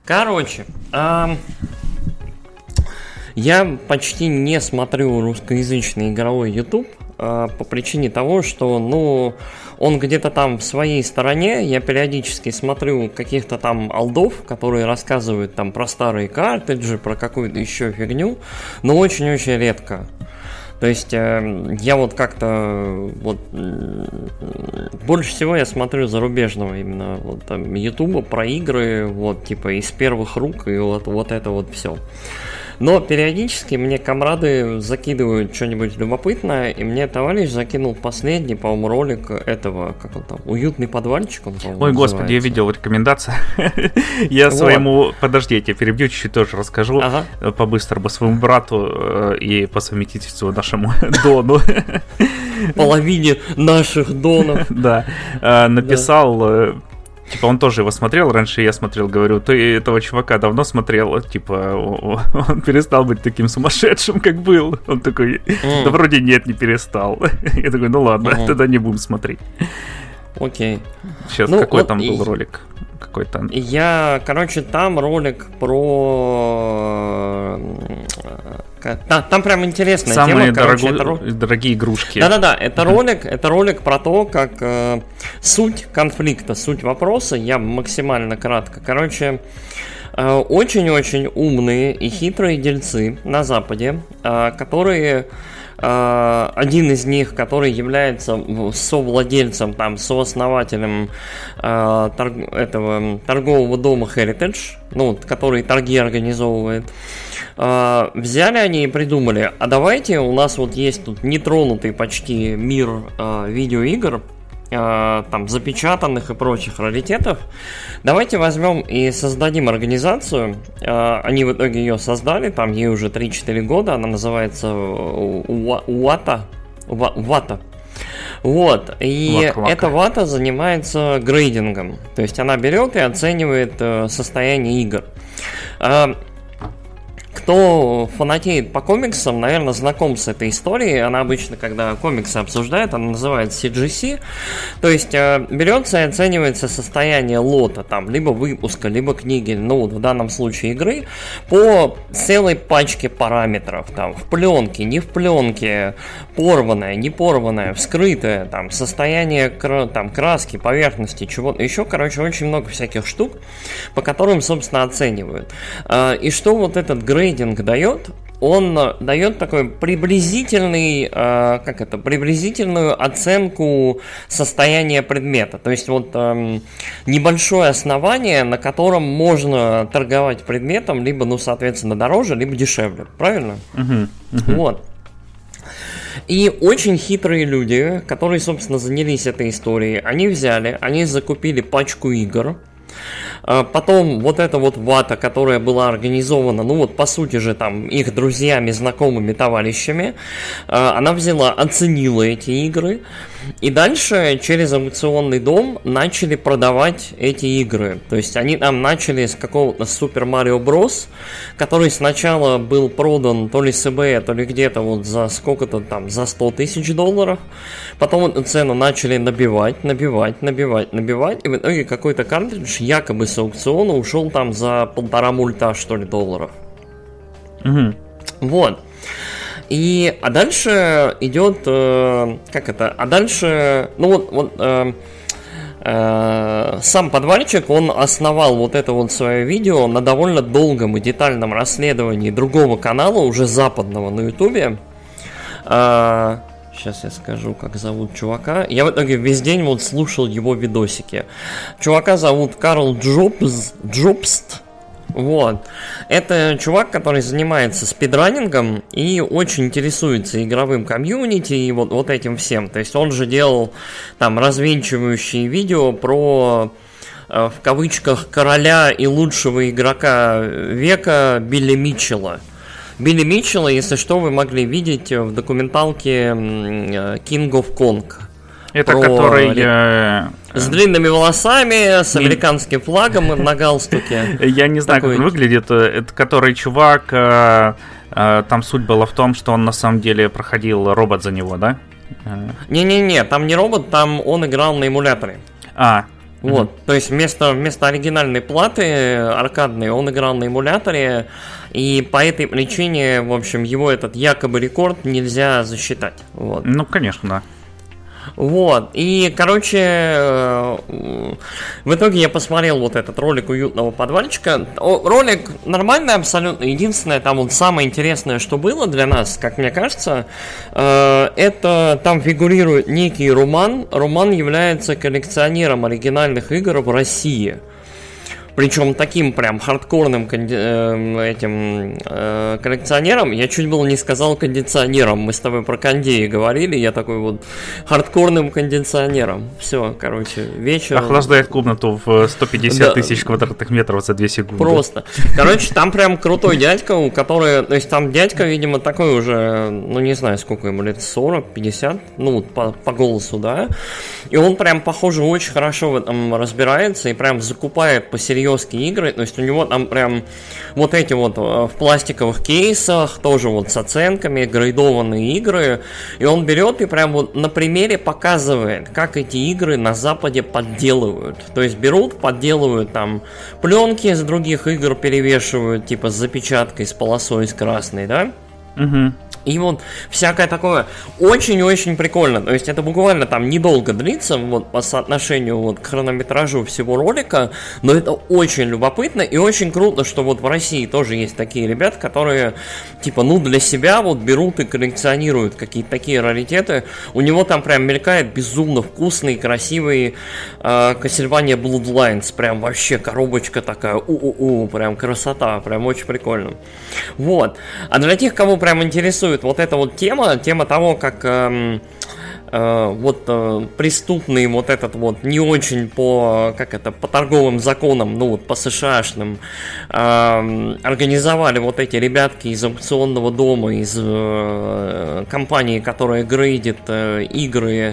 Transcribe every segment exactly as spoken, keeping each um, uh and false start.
Короче, эм, я почти не смотрю русскоязычный игровой YouTube э, по причине того, что, ну, он где-то там в своей стороне. Я периодически смотрю каких-то там олдов, которые рассказывают там про старые картриджи, про какую-то еще фигню, но очень-очень редко. То есть э, я вот как-то вот э, больше всего я смотрю зарубежного именно вот там Ютуба про игры, вот типа из первых рук и вот, вот это вот все. Но периодически мне комрады закидывают что-нибудь любопытное, и мне товарищ закинул последний, по-моему, ролик этого, как он там, уютный подвальчик, он, по-моему, Ой, называется. Господи, я видел рекомендации. Я своему, подожди, я тебе перебью, чуть-чуть тоже расскажу, по-быстрому, своему брату и по совместительству нашему Дону. Половине наших Донов. Да, написал... Типа он тоже его смотрел, раньше я смотрел, говорю, ты этого чувака давно смотрел, типа он перестал быть таким сумасшедшим, как был. Он такой, mm. да вроде нет, не перестал. Я такой, ну ладно, mm-hmm. тогда не будем смотреть. Окей. Okay. Сейчас ну, какой вот там был и... ролик? Какой-то. Я, короче, там ролик про... Да, там прям интересная Самые тема. Короче, дорогу... это... дорогие игрушки. Да-да-да, это ролик, это ролик про то, как э, суть конфликта, суть вопроса, я максимально кратко. Короче, э, очень-очень умные и хитрые дельцы на Западе, э, которые... Uh, один из них, который является совладельцем, там, сооснователем uh, торг- этого торгового дома Heritage, ну, который торги организовывает, uh, взяли они и придумали, а давайте, у нас вот есть тут нетронутый почти мир uh, видеоигр, Uh, там, запечатанных и прочих раритетов. Давайте возьмем и создадим организацию. Uh, они в итоге ее создали, там ей уже три-четыре года, она называется Вата. Вата. Вот, и Вак-вака. Эта Вата занимается грейдингом. То есть она берет и оценивает uh, состояние игр. Uh, Кто фанатеет по комиксам, наверное, знаком с этой историей. Она обычно, когда комиксы обсуждают, она называется си джи си. То есть э, берется и оценивается состояние лота, там, либо выпуска, либо книги, ну, в данном случае игры, по целой пачке параметров. Там, в пленке, не в пленке, порванное, не порванное, вскрытое, там, состояние кра- там, краски, поверхности, чего-то еще. Короче, очень много всяких штук, по которым, собственно, оценивают. Э, и что вот этот грейдинг дает? Он дает такой приблизительный, э, как это, приблизительную оценку состояния предмета. То есть вот э, небольшое основание, на котором можно торговать предметом, либо, ну, соответственно, дороже, либо дешевле. Правильно? Uh-huh. Uh-huh. Вот. И очень хитрые люди, которые, собственно, занялись этой историей, они взяли, они закупили пачку игр. Потом вот эта вот вата, которая была организована, ну вот по сути же там их друзьями, знакомыми, товарищами, она взяла, оценила эти игры, и дальше через аукционный дом начали продавать эти игры. То есть они там начали с какого-то Super Mario Bros, который сначала был продан то ли с eBay, то ли где-то вот за сколько-то там, за сто тысяч долларов. Потом эту цену начали набивать, набивать, набивать, набивать, и в итоге какой-то картридж якобы с аукциона ушел там за полтора мульта, что ли, долларов. Угу. Вот. И, а дальше идет, э, как это, а дальше, ну вот, вот э, э, сам подвальчик, он основал вот это вот свое видео на довольно долгом и детальном расследовании другого канала, уже западного, на ютубе. Э, сейчас я скажу, как зовут чувака. Я в итоге весь день вот слушал его видосики. Чувака зовут Карл Джобс, Джобст. Вот. Это чувак, который занимается спидранингом и очень интересуется игровым комьюнити и вот, вот этим всем. То есть он же делал там развенчивающие видео про, в кавычках, короля и лучшего игрока века Билли Митчелла. Билли Митчелла, если что, вы могли видеть в документалке King of Kong. Это про... который... С длинными волосами, с американским флагом на галстуке. Я не знаю, такой... как он выглядит. Это который чувак... Там суть была в том, что он на самом деле проходил робот за него, да? Не-не-не, там не робот, там он играл на эмуляторе. А, Вот, mm-hmm. то есть вместо, вместо оригинальной платы аркадной он играл на эмуляторе, и по этой причине, в общем, его этот якобы рекорд нельзя засчитать. Вот. Ну, конечно, да. Вот, и, короче, в итоге я посмотрел вот этот ролик уютного подвальчика. Ролик нормальный абсолютно. Единственное, там вот самое интересное, что было для нас, как мне кажется, это там фигурирует некий Руман. Руман является коллекционером оригинальных игр в России. Причем таким прям хардкорным конди- э, этим э, коллекционером. Я чуть было не сказал кондиционером. Мы с тобой про кондеи говорили. Я такой вот хардкорным кондиционером. Все, короче, вечер. Охлаждает комнату в сто пятьдесят да. тысяч квадратных метров за две секунды. Просто. Короче, там прям крутой дядька, у которого... То есть там дядька, видимо, такой уже, ну не знаю, сколько ему лет, сорок, пятьдесят, ну по, по голосу, да. И он прям, похоже, очень хорошо в этом разбирается и прям закупает посерьезнее игры, то есть у него там прям вот эти вот в пластиковых кейсах, тоже вот с оценками, грейдованные игры, и он берет и прям вот на примере показывает, как эти игры на Западе подделывают, то есть берут, подделывают там пленки с других игр, перевешивают, типа с запечаткой, с полосой, с красной, да? Угу. И вот всякое такое очень-очень прикольно. То есть это буквально там недолго длится, вот по соотношению вот к хронометражу всего ролика, но это очень любопытно и очень круто, что вот в России тоже есть такие ребята, которые типа ну для себя вот берут и коллекционируют какие-то такие раритеты. У него там прям мелькает безумно вкусный, красивый э, Castlevania Bloodlines, прям вообще коробочка такая, у-у-у, прям красота, прям очень прикольно. Вот. А для тех, кого прям интересует вот эта вот тема, тема того, как эм, э, вот э, преступный вот этот вот не очень по, как это, по торговым законам, ну вот по США-шным э, организовали вот эти ребятки из аукционного дома, из э, компании, которая грейдит э, игры,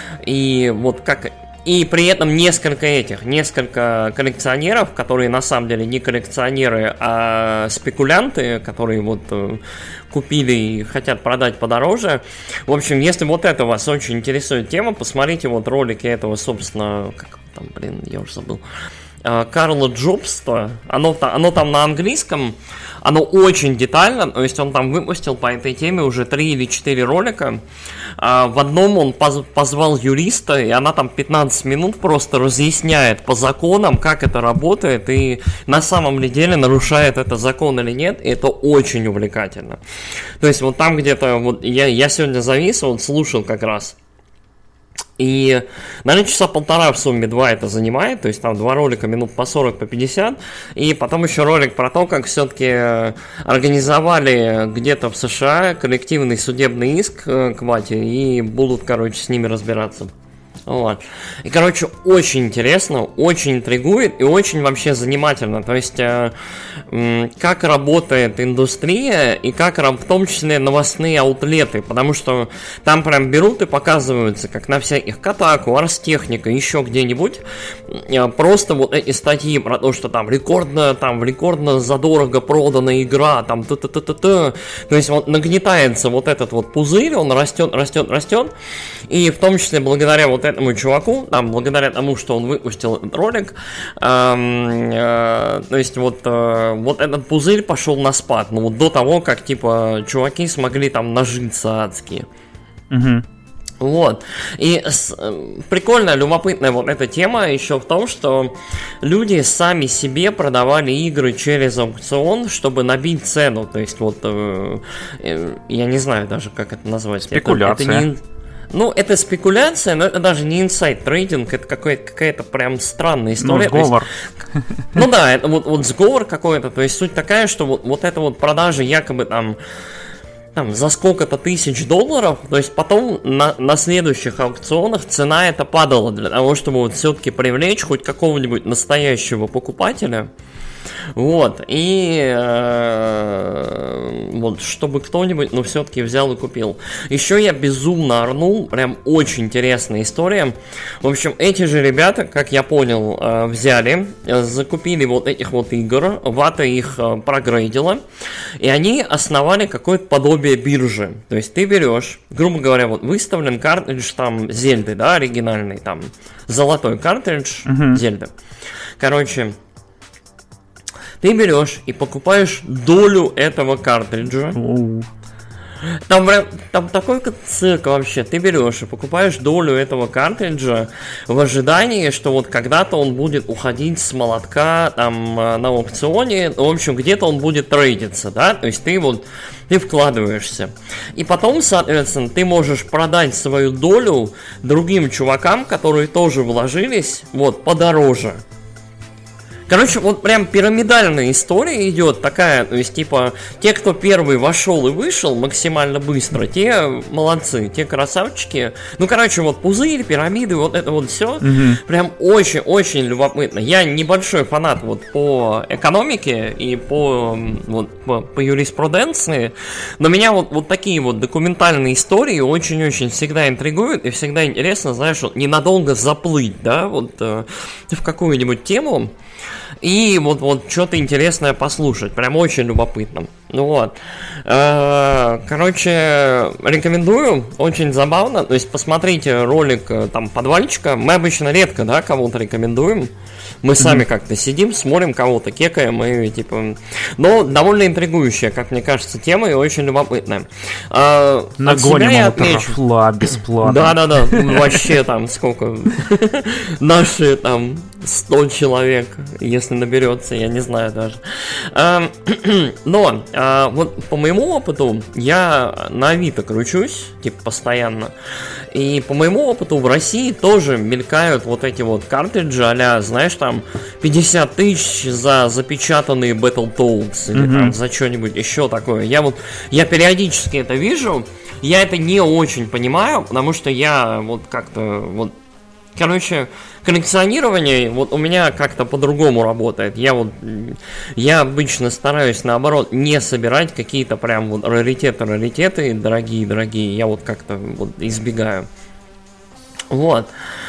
и вот как... И при этом несколько этих, несколько коллекционеров, которые на самом деле не коллекционеры, а спекулянты, которые вот э, купили и хотят продать подороже. В общем, если вот это вас очень интересует тема, посмотрите вот ролики этого, собственно, как там, блин, я уже забыл, Карла Джобста. Оно, оно там на английском, оно очень детально, то есть он там выпустил по этой теме уже три или четыре ролика. В одном он поз- позвал юриста, и она там пятнадцать минут просто разъясняет по законам, как это работает, и на самом ли деле нарушает это закон или нет, и это очень увлекательно. То есть вот там где-то, вот я, я сегодня завис, вот слушал как раз. И, наверное, часа полтора в сумме два это занимает, то есть там два ролика минут по сорок, по пятьдесят, и потом еще ролик про то, как все-таки организовали где-то в США коллективный судебный иск к Вате и будут, короче, с ними разбираться. Вот. И, короче, очень интересно, очень интригует и очень вообще занимательно. То есть, э, э, как работает индустрия и как в том числе новостные аутлеты. Потому что там прям берут и показываются, как на всяких Kotaku, Ars Technica, еще где-нибудь, э, просто вот эти статьи про то, что там рекордно, там рекордно задорого продана игра, там т-т-т-т-т. То есть вот нагнетается вот этот вот пузырь, он растет, растет, растет. И в том числе благодаря вот этому чуваку, там, благодаря тому, что он выпустил этот ролик, эм, э, то есть вот, э, вот этот пузырь пошел на спад, ну вот до того, как типа чуваки смогли там нажиться адски. Угу. Вот. И с, прикольная, любопытная вот эта тема еще в том, что люди сами себе продавали игры через аукцион, чтобы набить цену. То есть вот, э, э, я не знаю даже, как это назвать. Спекуляция. Это, это не... Ну, это спекуляция, но это даже не инсайд-трейдинг, это какая-то, какая-то прям странная история. Ну, сговор. Есть, ну да, это вот, вот сговор какой-то, то есть суть такая, что вот, вот эта вот продажа якобы там, там за сколько-то тысяч долларов, то есть потом на, на следующих аукционах цена эта падала для того, чтобы вот все-таки привлечь хоть какого-нибудь настоящего покупателя. Вот, и э, вот, чтобы кто-нибудь, ну, все-таки взял и купил. Еще я безумно орнул, прям очень интересная история. В общем, эти же ребята, как я понял, э, взяли, закупили вот этих вот игр, Вата их э, прогрейдила, и они основали какое-то подобие биржи. То есть ты берешь, грубо говоря, вот выставлен картридж там Зельды, да, оригинальный, там, золотой картридж uh-huh. Зельды. Короче, ты берешь и покупаешь долю этого картриджа. Uh-huh. Там, там такой цирк вообще. Ты берешь и покупаешь долю этого картриджа в ожидании, что вот когда-то он будет уходить с молотка там на аукционе. В общем, где-то он будет трейдиться, да? То есть ты вот ты вкладываешься. И потом, соответственно, ты можешь продать свою долю другим чувакам, которые тоже вложились, вот, подороже. Короче, вот прям пирамидальная история идет такая, то есть, типа, те, кто первый вошел и вышел максимально быстро, те молодцы, те красавчики. Ну, короче, вот пузырь, пирамиды, вот это вот все, угу. Прям очень-очень любопытно. Я небольшой фанат вот по экономике и по, вот, по, по юриспруденции, но меня вот, вот такие вот документальные истории очень-очень всегда интригуют, и всегда интересно, знаешь, вот ненадолго заплыть, да, вот э, в какую-нибудь тему. И вот, вот что-то интересное послушать. Прям очень любопытно. Ну вот. Короче, рекомендую. Очень забавно. То есть посмотрите ролик там подвальчика. Мы обычно редко, да, кого-то рекомендуем. Мы сами mm-hmm. как-то сидим, смотрим кого-то, кекаем и типа... Но довольно интригующая, как мне кажется, тема и очень любопытная. А, Нагоним трафла бесплатно. Да-да-да, вообще там сколько... Наши там сто человек, если наберется, я не знаю даже. А, но а, вот по моему опыту я на Авито кручусь, типа постоянно. И по моему опыту в России тоже мелькают вот эти вот картриджи а-ля, знаешь, там пятьдесят тысяч за запечатанные Battletoads или mm-hmm. там за что-нибудь еще такое. Я вот, я периодически это вижу, я это не очень понимаю, потому что я вот как-то вот, короче, коллекционирование вот у меня как-то по-другому работает. Я вот, я обычно стараюсь наоборот не собирать какие-то прям вот раритеты-раритеты, дорогие-дорогие. Я вот как-то вот избегаю. Вот.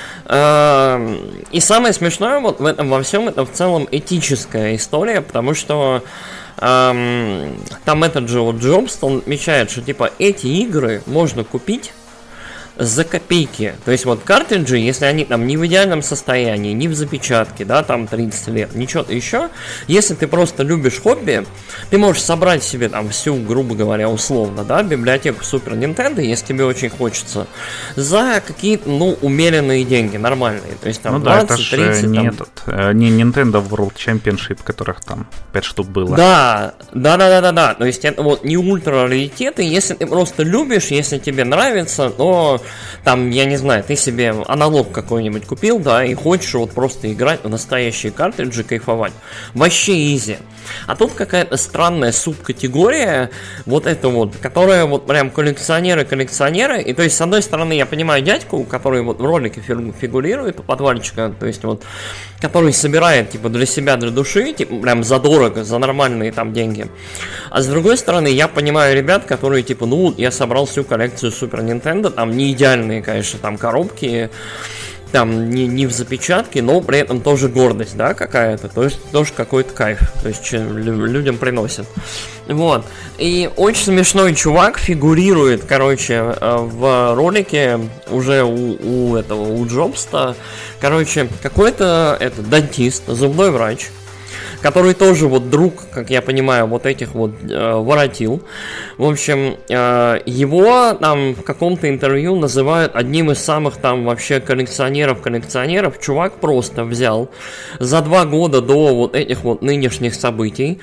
И самое смешное вот в этом во всем, это в целом этическая история, потому что эм, там этот же вот Джобс, он отмечает, что типа эти игры можно купить за копейки. То есть вот картриджи, если они там не в идеальном состоянии, не в запечатке, да, там тридцать лет, ничего еще, если ты просто любишь хобби, ты можешь собрать себе там всю, грубо говоря, условно, да, библиотеку Super Nintendo, если тебе очень хочется, за какие-то, ну, умеренные деньги, нормальные. То есть там ну двадцать тридцать. Да, это же не, там... этот, не Nintendo World Championship, которых там пять штук было. Да, да, да, да, да, да. То есть это вот не ультра раритеты, если ты просто любишь, если тебе нравится, то там, я не знаю, ты себе аналог какой-нибудь купил, да, и хочешь вот просто играть в настоящие картриджи, кайфовать. Вообще изи. А тут какая-то странная субкатегория, вот это вот, которая вот прям коллекционеры-коллекционеры. И то есть, с одной стороны, я понимаю дядьку, который вот в ролике фигурирует у подвальчика, то есть вот, который собирает, типа, для себя, для души, типа, прям задорого, за нормальные там деньги. А с другой стороны, я понимаю ребят, которые, типа, ну, я собрал всю коллекцию Super Nintendo, там не идеальные, конечно, там коробки, там не, не в запечатке, но при этом тоже гордость, да, какая-то, то есть тоже какой-то кайф, то есть что людям приносит. Вот. И очень смешной чувак фигурирует, короче, в ролике уже у, у этого, у Джобста, короче, какой-то это дантист, зубной врач, который тоже вот друг, как я понимаю, вот этих вот э, воротил. В общем, э, его там в каком-то интервью называют одним из самых там вообще коллекционеров-коллекционеров. Чувак просто взял за два года до вот этих вот нынешних событий,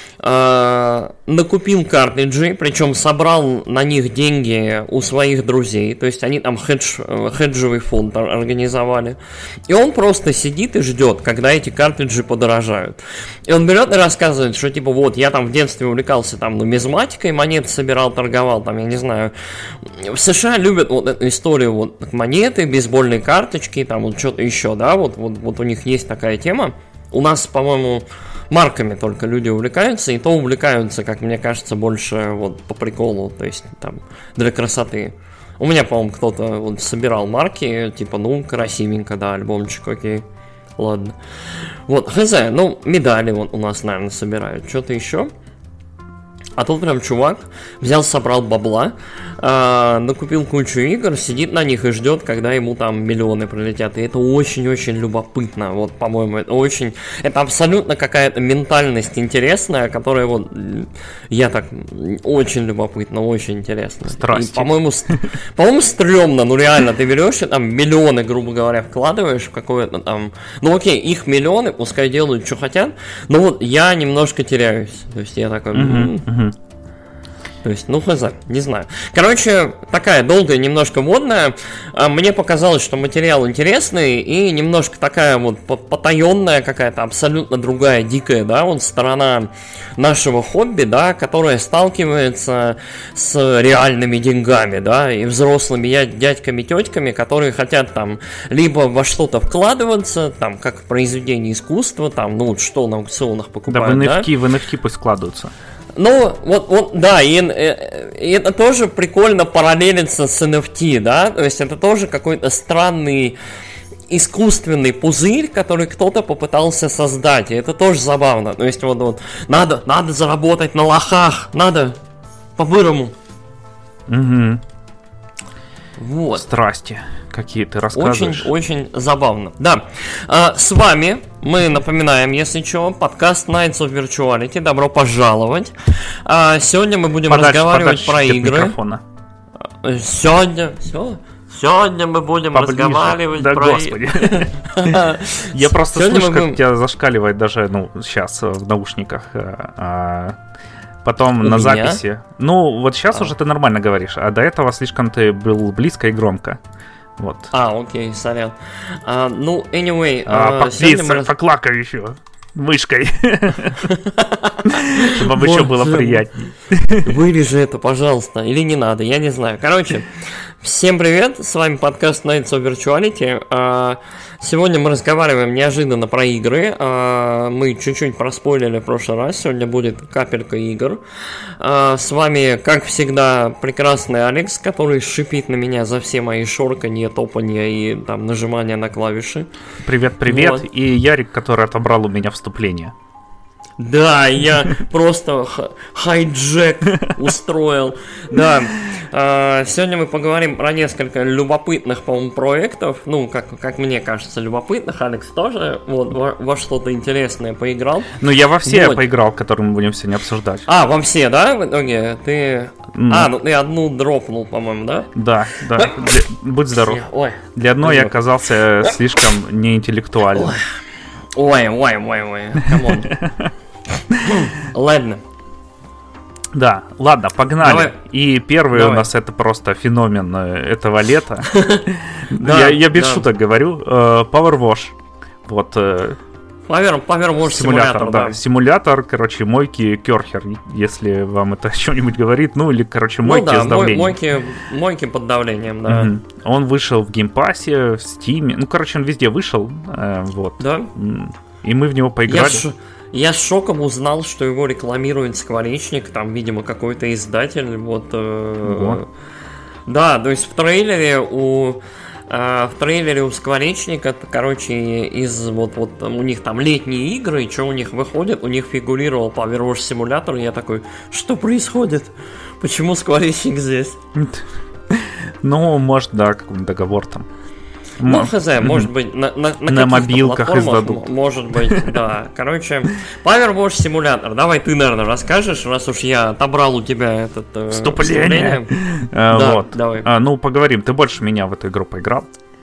Uh, накупил картриджи, причем собрал на них деньги у своих друзей, то есть они там хедж, хеджевый фонд организовали, и он просто сидит и ждет, когда эти картриджи подорожают. И он берет и рассказывает, что типа вот я там в детстве увлекался там нумизматикой, монеты собирал, торговал, там я не знаю. В США любят вот эту историю вот монеты, бейсбольные карточки, там вот что-то еще, да, вот, вот, вот у них есть такая тема. У нас, по-моему, марками только люди увлекаются, и то увлекаются, как мне кажется, больше вот по приколу, то есть там для красоты. У меня, по-моему, кто-то вот собирал марки, типа, ну, красивенько, да, альбомчик, окей, ладно. Вот, хз, ну, медали вот у нас, наверное, собирают, что-то еще. А тут прям чувак взял, собрал бабла, э, накупил кучу игр, сидит на них и ждет, когда ему там миллионы прилетят. И это очень-очень любопытно. Вот, по-моему, это очень... Это абсолютно какая-то ментальность интересная, которая вот... Я так... Очень любопытно, очень интересно. Страсти. И, по-моему, ст... по-моему, стрёмно. Ну, реально, ты берешь и там миллионы, грубо говоря, вкладываешь в какое-то там... Ну, окей, их миллионы, пускай делают, что хотят. Но вот я немножко теряюсь. То есть я такой... Uh-huh, uh-huh. То есть, ну, хз, не знаю. Короче, такая долгая, немножко водная. Мне показалось, что материал интересный и немножко такая вот потаенная какая-то, абсолютно другая, дикая, да, вот сторона нашего хобби, да, которая сталкивается с реальными деньгами, да, и взрослыми дядьками, тетками, которые хотят там либо во что-то вкладываться, там, как в произведение искусства, там, ну, вот что на аукционах покупают, да. В эн эф ти, да? в эн эф ти пусть вкладываются. Ну, вот, вот, да, и, и это тоже прикольно параллелится с эн эф ти, да, то есть это тоже какой-то странный искусственный пузырь, который кто-то попытался создать, и это тоже забавно, то есть вот, вот надо, надо заработать на лохах, надо по-бырому. Угу. Вот. Страсти какие ты рассказываешь. Очень-очень забавно. Да. А, с вами мы напоминаем, если что, подкаст Nights of Virtuality. Добро пожаловать. А, сегодня мы будем подальше, разговаривать подальше про игры. Микрофона. Сегодня. Все. Сегодня мы будем поближе. разговаривать да, про господи. Я просто слышу, как тебя зашкаливает даже, ну, сейчас в наушниках. Потом на записи. Ну, вот сейчас уже ты нормально говоришь, а до этого слишком ты был близко и громко. Вот. А, окей, сорян. А, ну, anyway. А, а, сегодня мы... Поклакай еще мышкой. Чтобы вам еще было приятнее. Вырежи это, пожалуйста. Или не надо, я не знаю. Короче, всем привет. С вами подкаст Nights of Virtuality. Сегодня мы разговариваем неожиданно про игры. Мы чуть-чуть проспойлили в прошлый раз. Сегодня будет капелька игр. С вами, как всегда, прекрасный Алекс, который шипит на меня за все мои шорканье, топанье и там нажимания на клавиши. Привет-привет. Вот. И Ярик, который отобрал у меня вступление. Да, я просто хайджек устроил. Да, сегодня мы поговорим про несколько любопытных, по-моему, проектов. Ну, как, как мне кажется, любопытных. Алекс тоже вот, во, во что-то интересное поиграл. Ну, я во все вот. поиграл, которые мы будем сегодня обсуждать. А, во все, да, в итоге? Ты... Mm. А, ну ты одну дропнул, по-моему, да? Да, да. Для... Будь здоров. Ой. Для одной я оказался слишком неинтеллектуальным. Ой, ой, ой, ой, камон. Ладно. Да, ладно, погнали. Давай. И первый Давай. у нас это просто феномен этого лета. я, я без да. шуток говорю. Power Wash. Вот. Power, Power Wash симулятор, да. да. Симулятор, короче, мойки Керхер, если вам это что-нибудь говорит. Ну, или, короче, мойки ну, да, с давлением. Мойки, мойки под давлением, да. Угу. Он вышел в геймпассе, в Стиме. Ну, короче, он везде вышел. Вот. Да. И мы в него поиграли. Я ш... Я с шоком узнал, что его рекламирует Скворечник, там, видимо, какой-то издатель, вот. Э, да, то есть в трейлере у э, в трейлере у Скворечника, короче, из вот вот у них там летние игры, и что у них выходит, у них фигурировал Power Wash симулятор, и я такой, что происходит? Почему Скворечник здесь? Ну, может, да, какой-нибудь договор там. Ну, хз, может быть, на, на, на, на мобилках издадут. Может быть, да. Короче, Power Wash симулятор. Давай ты, наверное, расскажешь, раз уж я отобрал у тебя этот э, вступление. А, да, вот. Давай. А, ну, поговорим. Ты больше меня в эту игру поиграл?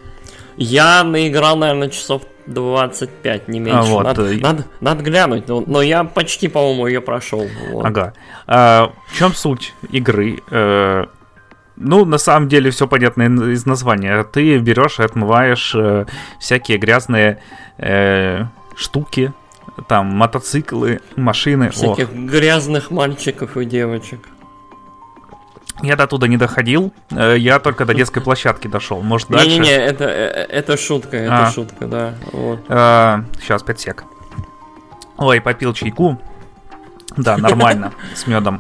Я наиграл, наверное, часов двадцать пять, не меньше. А, вот. надо, надо, надо глянуть, но, но я почти, по-моему, ее прошел. Вот. Ага. А, в чем суть игры? А, Ну, на самом деле, все понятно из названия. Ты берешь и отмываешь э, всякие грязные э, штуки, там, мотоциклы, машины. Всяких Ох. грязных мальчиков и девочек. Я до туда не доходил, э, я только до детской площадки дошел. Может, дальше? Не-не-не, это, это шутка, это а. шутка, да. Вот. Э, сейчас, пять сек. Ой, попил чайку. Да, нормально, с медом.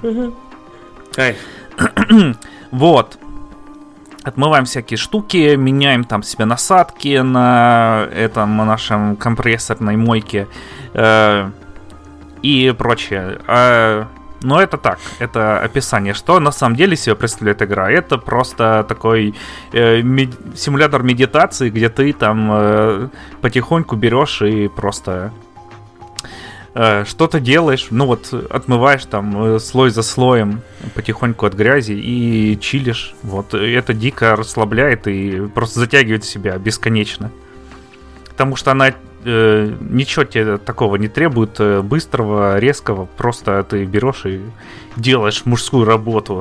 Вот. Отмываем всякие штуки, меняем там себе насадки на этом нашем компрессорной мойке э, и прочее. Э, но это так, это описание. Что на самом деле себе представляет игра? Это просто такой э, мед... симулятор медитации, где ты там э, потихоньку берешь и просто... что-то делаешь, ну вот отмываешь там слой за слоем потихоньку от грязи и чилишь. Вот это дико расслабляет и просто затягивает себя бесконечно. Потому что она э, ничего тебе такого не требует э, быстрого, резкого. Просто ты берешь и делаешь мужскую работу.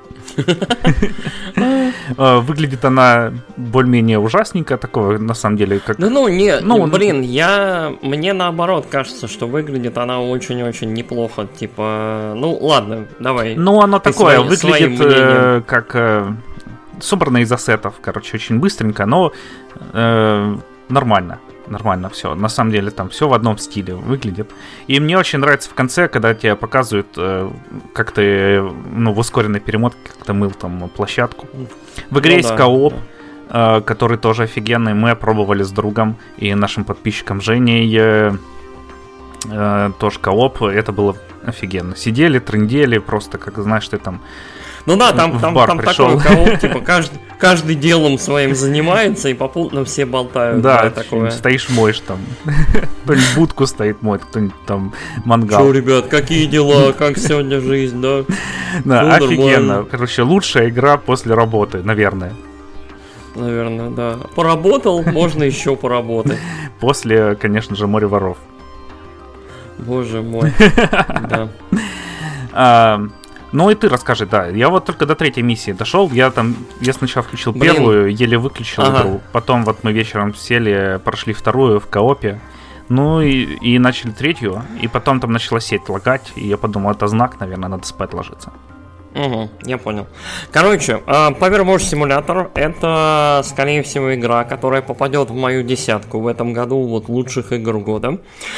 Выглядит она более-менее ужасненько, такого на самом деле как. Да ну не, ну, блин, я мне наоборот кажется, что выглядит она очень-очень неплохо, типа, ну ладно, давай. Ну оно такое свои, выглядит э, как э, собрано из ассетов, короче, очень быстренько, но э, нормально. Нормально все. На самом деле там все в одном стиле выглядит. И мне очень нравится в конце, когда тебе показывают, э, как ты, ну, в ускоренной перемотке, как ты мыл там площадку. В игре ну, есть да, кооп, да. э, который тоже офигенный. Мы пробовали с другом и нашим подписчиком Женей э, э, тоже кооп. Это было офигенно. Сидели, трындели, просто, как знаешь, ты там Ну да, там, там, там такой кооп, типа, каждый, каждый делом своим занимается, и попутно все болтают. Да, да такое. Стоишь, моешь там. Кто-нибудь будку стоит, моет, кто-нибудь там мангал. Что, ребят, какие дела, как сегодня жизнь, да? Да, офигенно. Короче, лучшая игра после работы, наверное. Наверное, да. Поработал, можно еще поработать. После, конечно же, Море воров. Боже мой. Да. Ну и ты расскажи, да. Я вот только до третьей миссии дошел. Я там, я сначала включил Блин. первую, еле выключил ага. игру. Потом вот мы вечером сели, прошли вторую в коопе. Ну и, и начали третью. И потом там начала сеть лагать. И я подумал, это знак, наверное, надо спать ложиться. Угу, я понял. Короче, Powerwash Simulator — это, скорее всего, игра, которая попадет в мою десятку в этом году вот лучших игр года.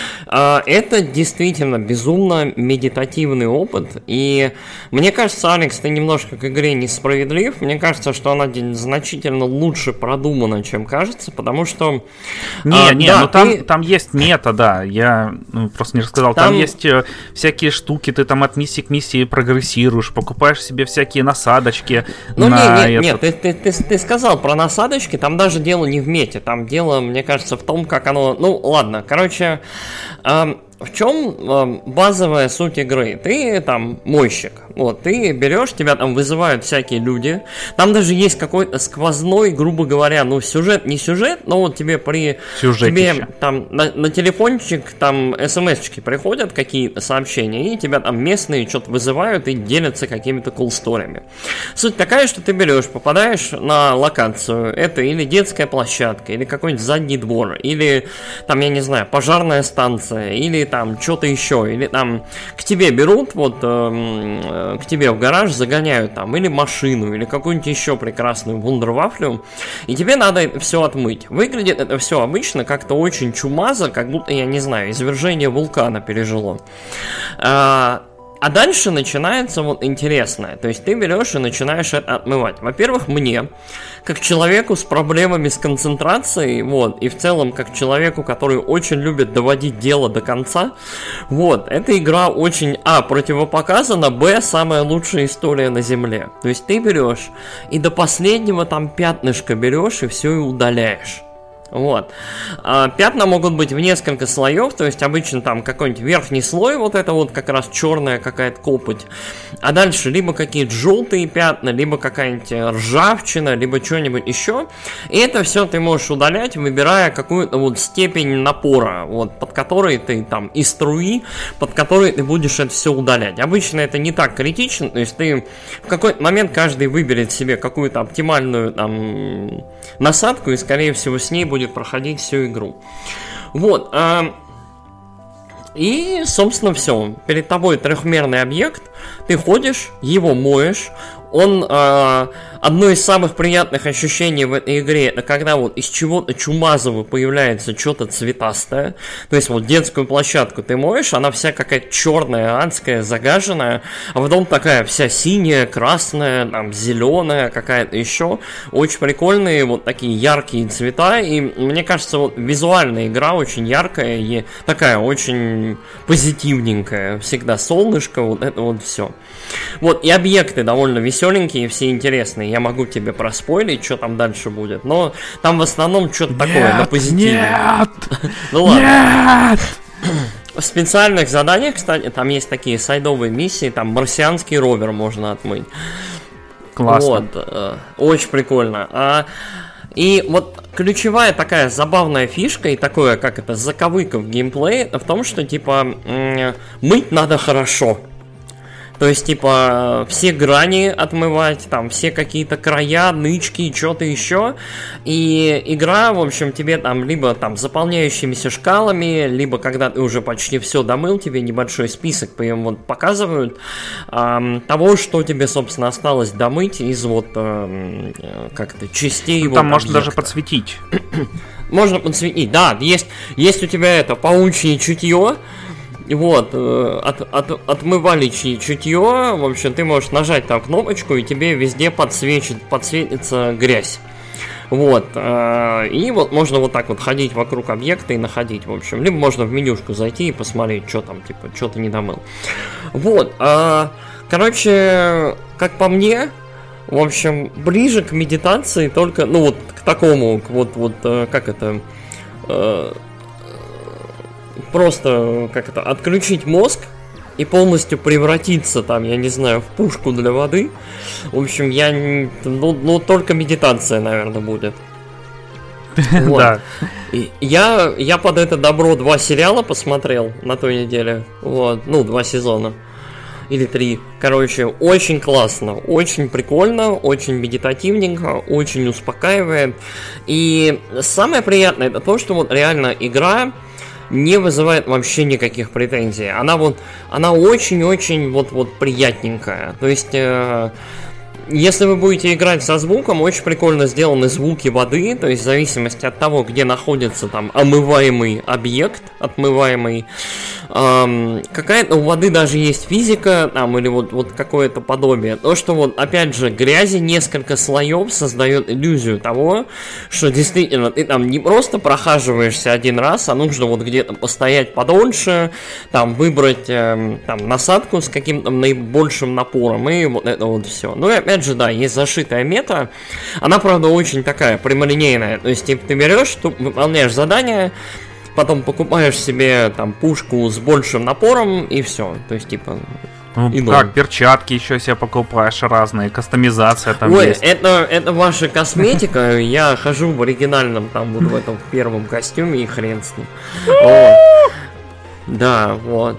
Это действительно безумно медитативный опыт, и мне кажется, Алекс, ты немножко к игре несправедлив. Мне кажется, что она значительно лучше продумана, чем кажется, потому что... Не, а, не, да, ну там, ты... там есть мета, да, я ну, просто не рассказал. Там... там есть всякие штуки, ты там от миссии к миссии прогрессируешь, покупаешь себе всякие насадочки. Ну на нет, нет, нет, ты, ты, ты, ты сказал про насадочки, там даже дело не в мете, там дело, мне кажется, в том, как оно... Ну, ладно, короче, э, в чем э, базовая суть игры? Ты там мойщик, вот, ты берешь, тебя там вызывают всякие люди, там даже есть какой-то сквозной, грубо говоря, ну, сюжет, не сюжет, но вот тебе при... Сюжетище. Тебе там на, на телефончик там смс-очки приходят, какие-то сообщения, и тебя там местные что-то вызывают и делятся какими-то кулсториями. Суть такая, что ты берешь, попадаешь на локацию, это или детская площадка, или какой-нибудь задний двор, или там, я не знаю, пожарная станция, или там что-то еще, или там к тебе берут, вот э, к тебе в гараж загоняют там или машину, или какую-нибудь еще прекрасную вундервафлю, и тебе надо это все отмыть. Выглядит это все обычно как-то очень чумазо, как будто, я не знаю, извержение вулкана пережило. А, а дальше начинается вот интересное. То есть ты берешь и начинаешь это отмывать. Во-первых, мне, как человеку с проблемами с концентрацией, вот, и в целом как человеку, который очень любит доводить дело до конца, вот, эта игра очень, а, противопоказана, б, самая лучшая история на земле. То есть ты берешь и до последнего там пятнышко берешь и все и удаляешь. Вот. А, пятна могут быть в несколько слоев, то есть обычно там какой-нибудь верхний слой, вот это вот как раз черная какая-то копоть, а дальше либо какие-то желтые пятна, либо какая-нибудь ржавчина, либо что-нибудь еще, и это все ты можешь удалять, выбирая какую-то вот степень напора, вот, под которой ты там, и струи, под которой ты будешь это все удалять. Обычно это не так критично, то есть ты в какой-то момент каждый выберет себе какую-то оптимальную там насадку, и скорее всего с ней будет будет проходить всю игру. Вот. Э, и, собственно, все. Перед тобой трехмерный объект. Ты ходишь, его моешь. он э, одно из самых приятных ощущений в этой игре, это когда вот из чего-то чумазого появляется что-то цветастое. То есть вот детскую площадку ты моешь, она вся какая-то черная, адская, загаженная, а потом такая вся синяя, красная, там, зеленая, какая-то еще. Очень прикольные вот такие яркие цвета, и мне кажется, вот визуальная игра очень яркая и такая очень позитивненькая. Всегда солнышко, вот это вот все. Вот, и объекты довольно веселенькие, все интересные. Я могу тебе проспойлить, что там дальше будет. Но там в основном что-то такое на позитиве. Нет! Ну ладно. Нет! В специальных заданиях, кстати, там есть такие сайдовые миссии. Там марсианский ровер можно отмыть. Классно. Вот, э, очень прикольно. А, и вот ключевая такая забавная фишка и такое, как это, заковыка в геймплее, в том, что, типа, м- мыть надо хорошо. То есть, типа, все грани отмывать, там, все какие-то края, нычки, что-то еще. И игра, в общем, тебе там либо там заполняющимися шкалами, либо когда ты уже почти все домыл, тебе небольшой список прям вот показывают эм, того, что тебе, собственно, осталось домыть из вот э, как-то частей. Там вот можно объекта. даже подсветить. Можно подсветить, да, есть, есть у тебя это паучье чутье. Вот, от, от, отмываличье чутье, в общем, ты можешь нажать там кнопочку, и тебе везде подсвечит, подсветится грязь. Вот, и вот можно вот так вот ходить вокруг объекта и находить, в общем. Либо можно в менюшку зайти и посмотреть, что там, типа, что ты не домыл. Вот, короче, как по мне, в общем, ближе к медитации, только, ну вот, к такому, вот, вот, как это... Просто, как это, отключить мозг и полностью превратиться там, я не знаю, в пушку для воды. В общем, я не... Ну, ну только медитация, наверное, будет. Вот. Да. И я, я под это добро два сериала посмотрел на той неделе. Вот, ну, два сезона. Или три. Короче, очень классно, очень прикольно, очень медитативненько, очень успокаивает. И самое приятное, это то, что вот реально игра не вызывает вообще никаких претензий. Она вот, она очень-очень вот, вот приятненькая. То есть, э, если вы будете играть со звуком, очень прикольно сделаны звуки воды. То есть, в зависимости от того, где находится там омываемый объект, отмываемый, эм, какая-то у воды даже есть физика, там, или вот, вот какое-то подобие. То, что вот, опять же, грязи несколько слоев создает иллюзию того, что действительно ты там не просто прохаживаешься один раз, а нужно вот где-то постоять подольше, там, выбрать э, там, насадку с каким-то наибольшим напором, и вот это вот все. Ну и опять же, да, есть зашитая мета. Она, правда, очень такая прямолинейная. То есть, типа, ты берешь, ты выполняешь задание, потом покупаешь себе там пушку с большим напором, и все. То есть, типа... Ну, как, перчатки еще себе покупаешь разные, кастомизация там Ой, есть. это, это ваша косметика. Я хожу в оригинальном, там, вот в этом первом костюме, и хрен с ним. Да, вот.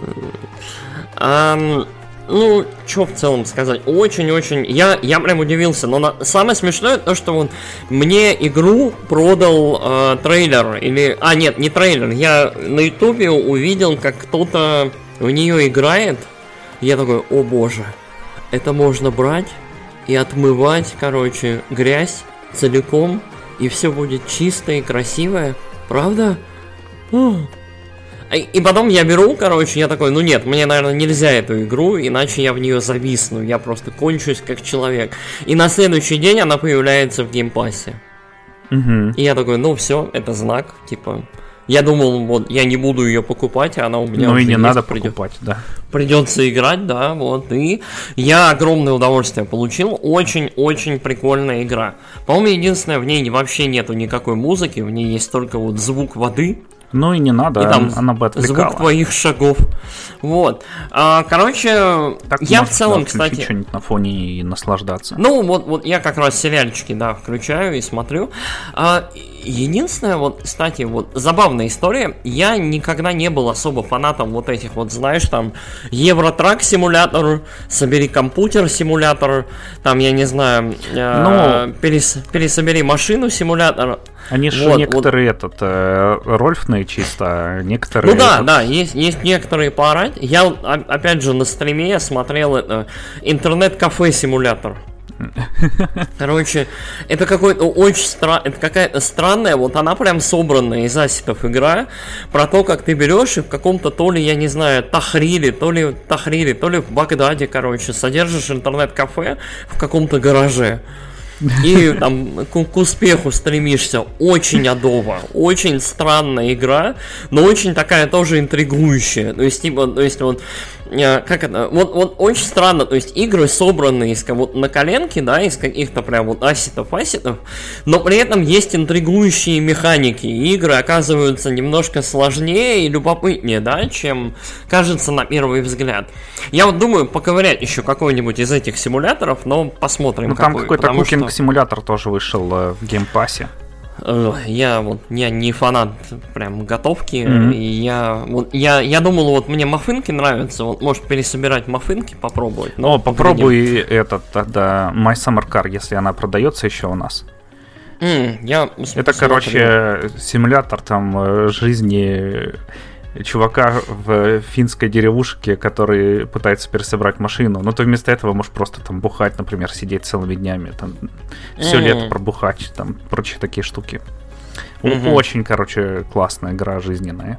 Ну, что в целом сказать, очень-очень, я, я прям удивился, но на... самое смешное то, что он мне игру продал э, трейлер, или, а нет, не трейлер, я на ютубе увидел, как кто-то в нее играет, я такой, о боже, это можно брать и отмывать, короче, грязь целиком, и все будет чистое и красивое, правда? И потом я беру, короче, я такой, ну нет, мне, наверное, нельзя эту игру, иначе я в нее зависну, я просто кончусь как человек. И на следующий день она появляется в геймпассе. Угу. И я такой, ну все, это знак, типа... Я думал, вот, я не буду ее покупать, а она у меня ну уже и не есть, надо придет, покупать, да. Придется играть, да, вот. И я огромное удовольствие получил. Очень-очень прикольная игра. По-моему, единственное, в ней вообще нету никакой музыки, в ней есть только вот звук воды. Ну и не надо, и там она бы отвлекала. Звук твоих шагов. Вот. А, короче, так я можешь, в целом, да, кстати... что-нибудь на фоне и наслаждаться. Ну, вот, вот я как раз сериальчики, да, включаю и смотрю. А, единственное, вот, кстати, вот забавная история. Я никогда не был особо фанатом вот этих вот, знаешь, там, Евротрак симулятор, собери компьютер симулятор, там, я не знаю, э, перес, пересобери машину симулятор. Они же вот, некоторые вот. этот э, рольфные чисто, некоторые. Ну да, этот... да, есть, есть некоторые поорать. Я опять же на стриме смотрел это интернет-кафе симулятор. Короче, это какой-то очень стра... это какая-то странная, вот она прям собранная из ассетов игра про то, как ты берешь и в каком-то то ли, я не знаю, Тахрире, то ли Тахрире, то ли в Багдаде, короче, содержишь интернет-кафе в каком-то гараже. И там к, к успеху стремишься. Очень адово, очень странная игра, но очень такая тоже интригующая. То есть, типа, то есть вот как это, вот, вот очень странно, то есть игры собраны из вот на коленке, да, из каких-то прям вот ассетов, ассетов, но при этом есть интригующие механики, и игры оказываются немножко сложнее и любопытнее, да, чем кажется на первый взгляд. Я вот думаю поковырять еще какой-нибудь из этих симуляторов, но посмотрим. Ну там какой-то кукинг-симулятор что... тоже вышел э, в геймпассе. Я вот я не фанат прям готовки, mm-hmm. и я вот я я думал, вот мне маффинки нравятся, вот может пересобирать маффинки попробовать. Но О, попробуй этот тогда My Summer Car, если она продается еще у нас. Mm, я это, короче, симулятор там жизни чувака в финской деревушке, который пытается пересобрать машину. Но ты вместо этого можешь просто там бухать, например, сидеть целыми днями, там все mm-hmm. лето пробухать, там прочие такие штуки. Mm-hmm. Очень, короче, классная игра жизненная.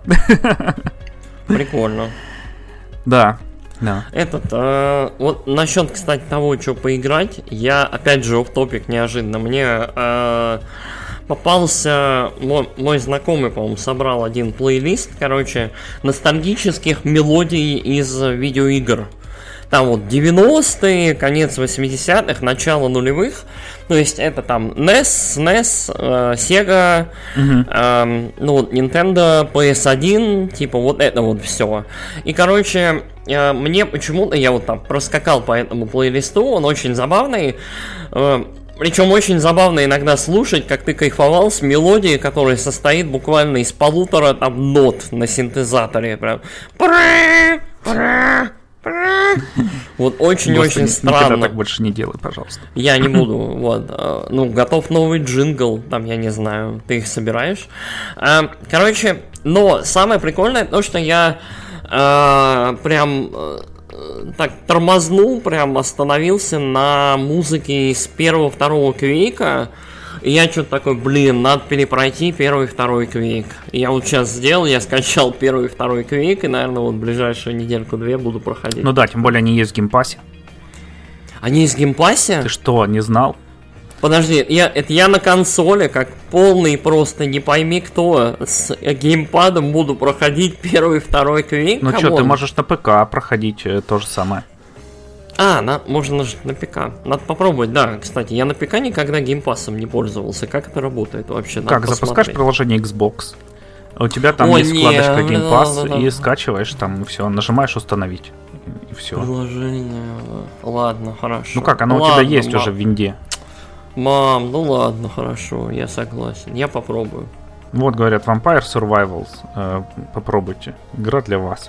Прикольно. Да. Да. Этот, э, вот насчет, кстати, того, что поиграть, я опять же офф-топик неожиданно. Мне э, попался мой, мой знакомый, по-моему, собрал один плейлист, короче, ностальгических мелодий из видеоигр. Там вот девяностые, конец восьмидесятых, начало нулевых. То есть это там эн и эс, эн и эс, э, Sega, uh-huh. э, ну вот Nintendo, пи эс один, типа вот это вот все. И, короче, э, мне почему-то, я вот там проскакал по этому плейлисту, он очень забавный. Э, Причем очень забавно иногда слушать, как ты кайфовал с мелодией, которая состоит буквально из полутора там нот на синтезаторе. Прям. Вот очень-очень странно. Никогда так больше не делай, пожалуйста. Я не буду. Вот. Ну, готов новый джингл, там, я не знаю, ты их собираешь. Короче, но самое прикольное то, что я прям... так тормознул, прям остановился на музыке из первого-второго Квейка. И я что-то такой, блин, надо перепройти первый и второй Квейк. И я вот сейчас сделал, я скачал первый и второй Квейк, и, наверное, вот ближайшую недельку-две буду проходить. Ну да, тем более они есть в геймпассе. Они есть в геймпассе? Ты что, не знал? Подожди, я, это я на консоли, как полный просто не пойми кто, с геймпадом буду проходить первый и второй Квейк. Ну что, ты можешь на ПК проходить э, то же самое. А, на, можно же на ПК. Надо попробовать, да. Кстати, я на ПК никогда геймпассом не пользовался. Как это работает вообще? Надо как, посмотреть. Запускаешь приложение Xbox, у тебя там О, есть не, вкладочка геймпасс, да, да, да. и скачиваешь там все, нажимаешь установить, и все. Приложение... Ладно, хорошо. Ну как, оно ладно, у тебя есть мам. уже в винде. Мам, ну ладно, хорошо, я согласен. Я попробую. Вот, говорят, Vampire Survivals. Э, попробуйте. Игра для вас.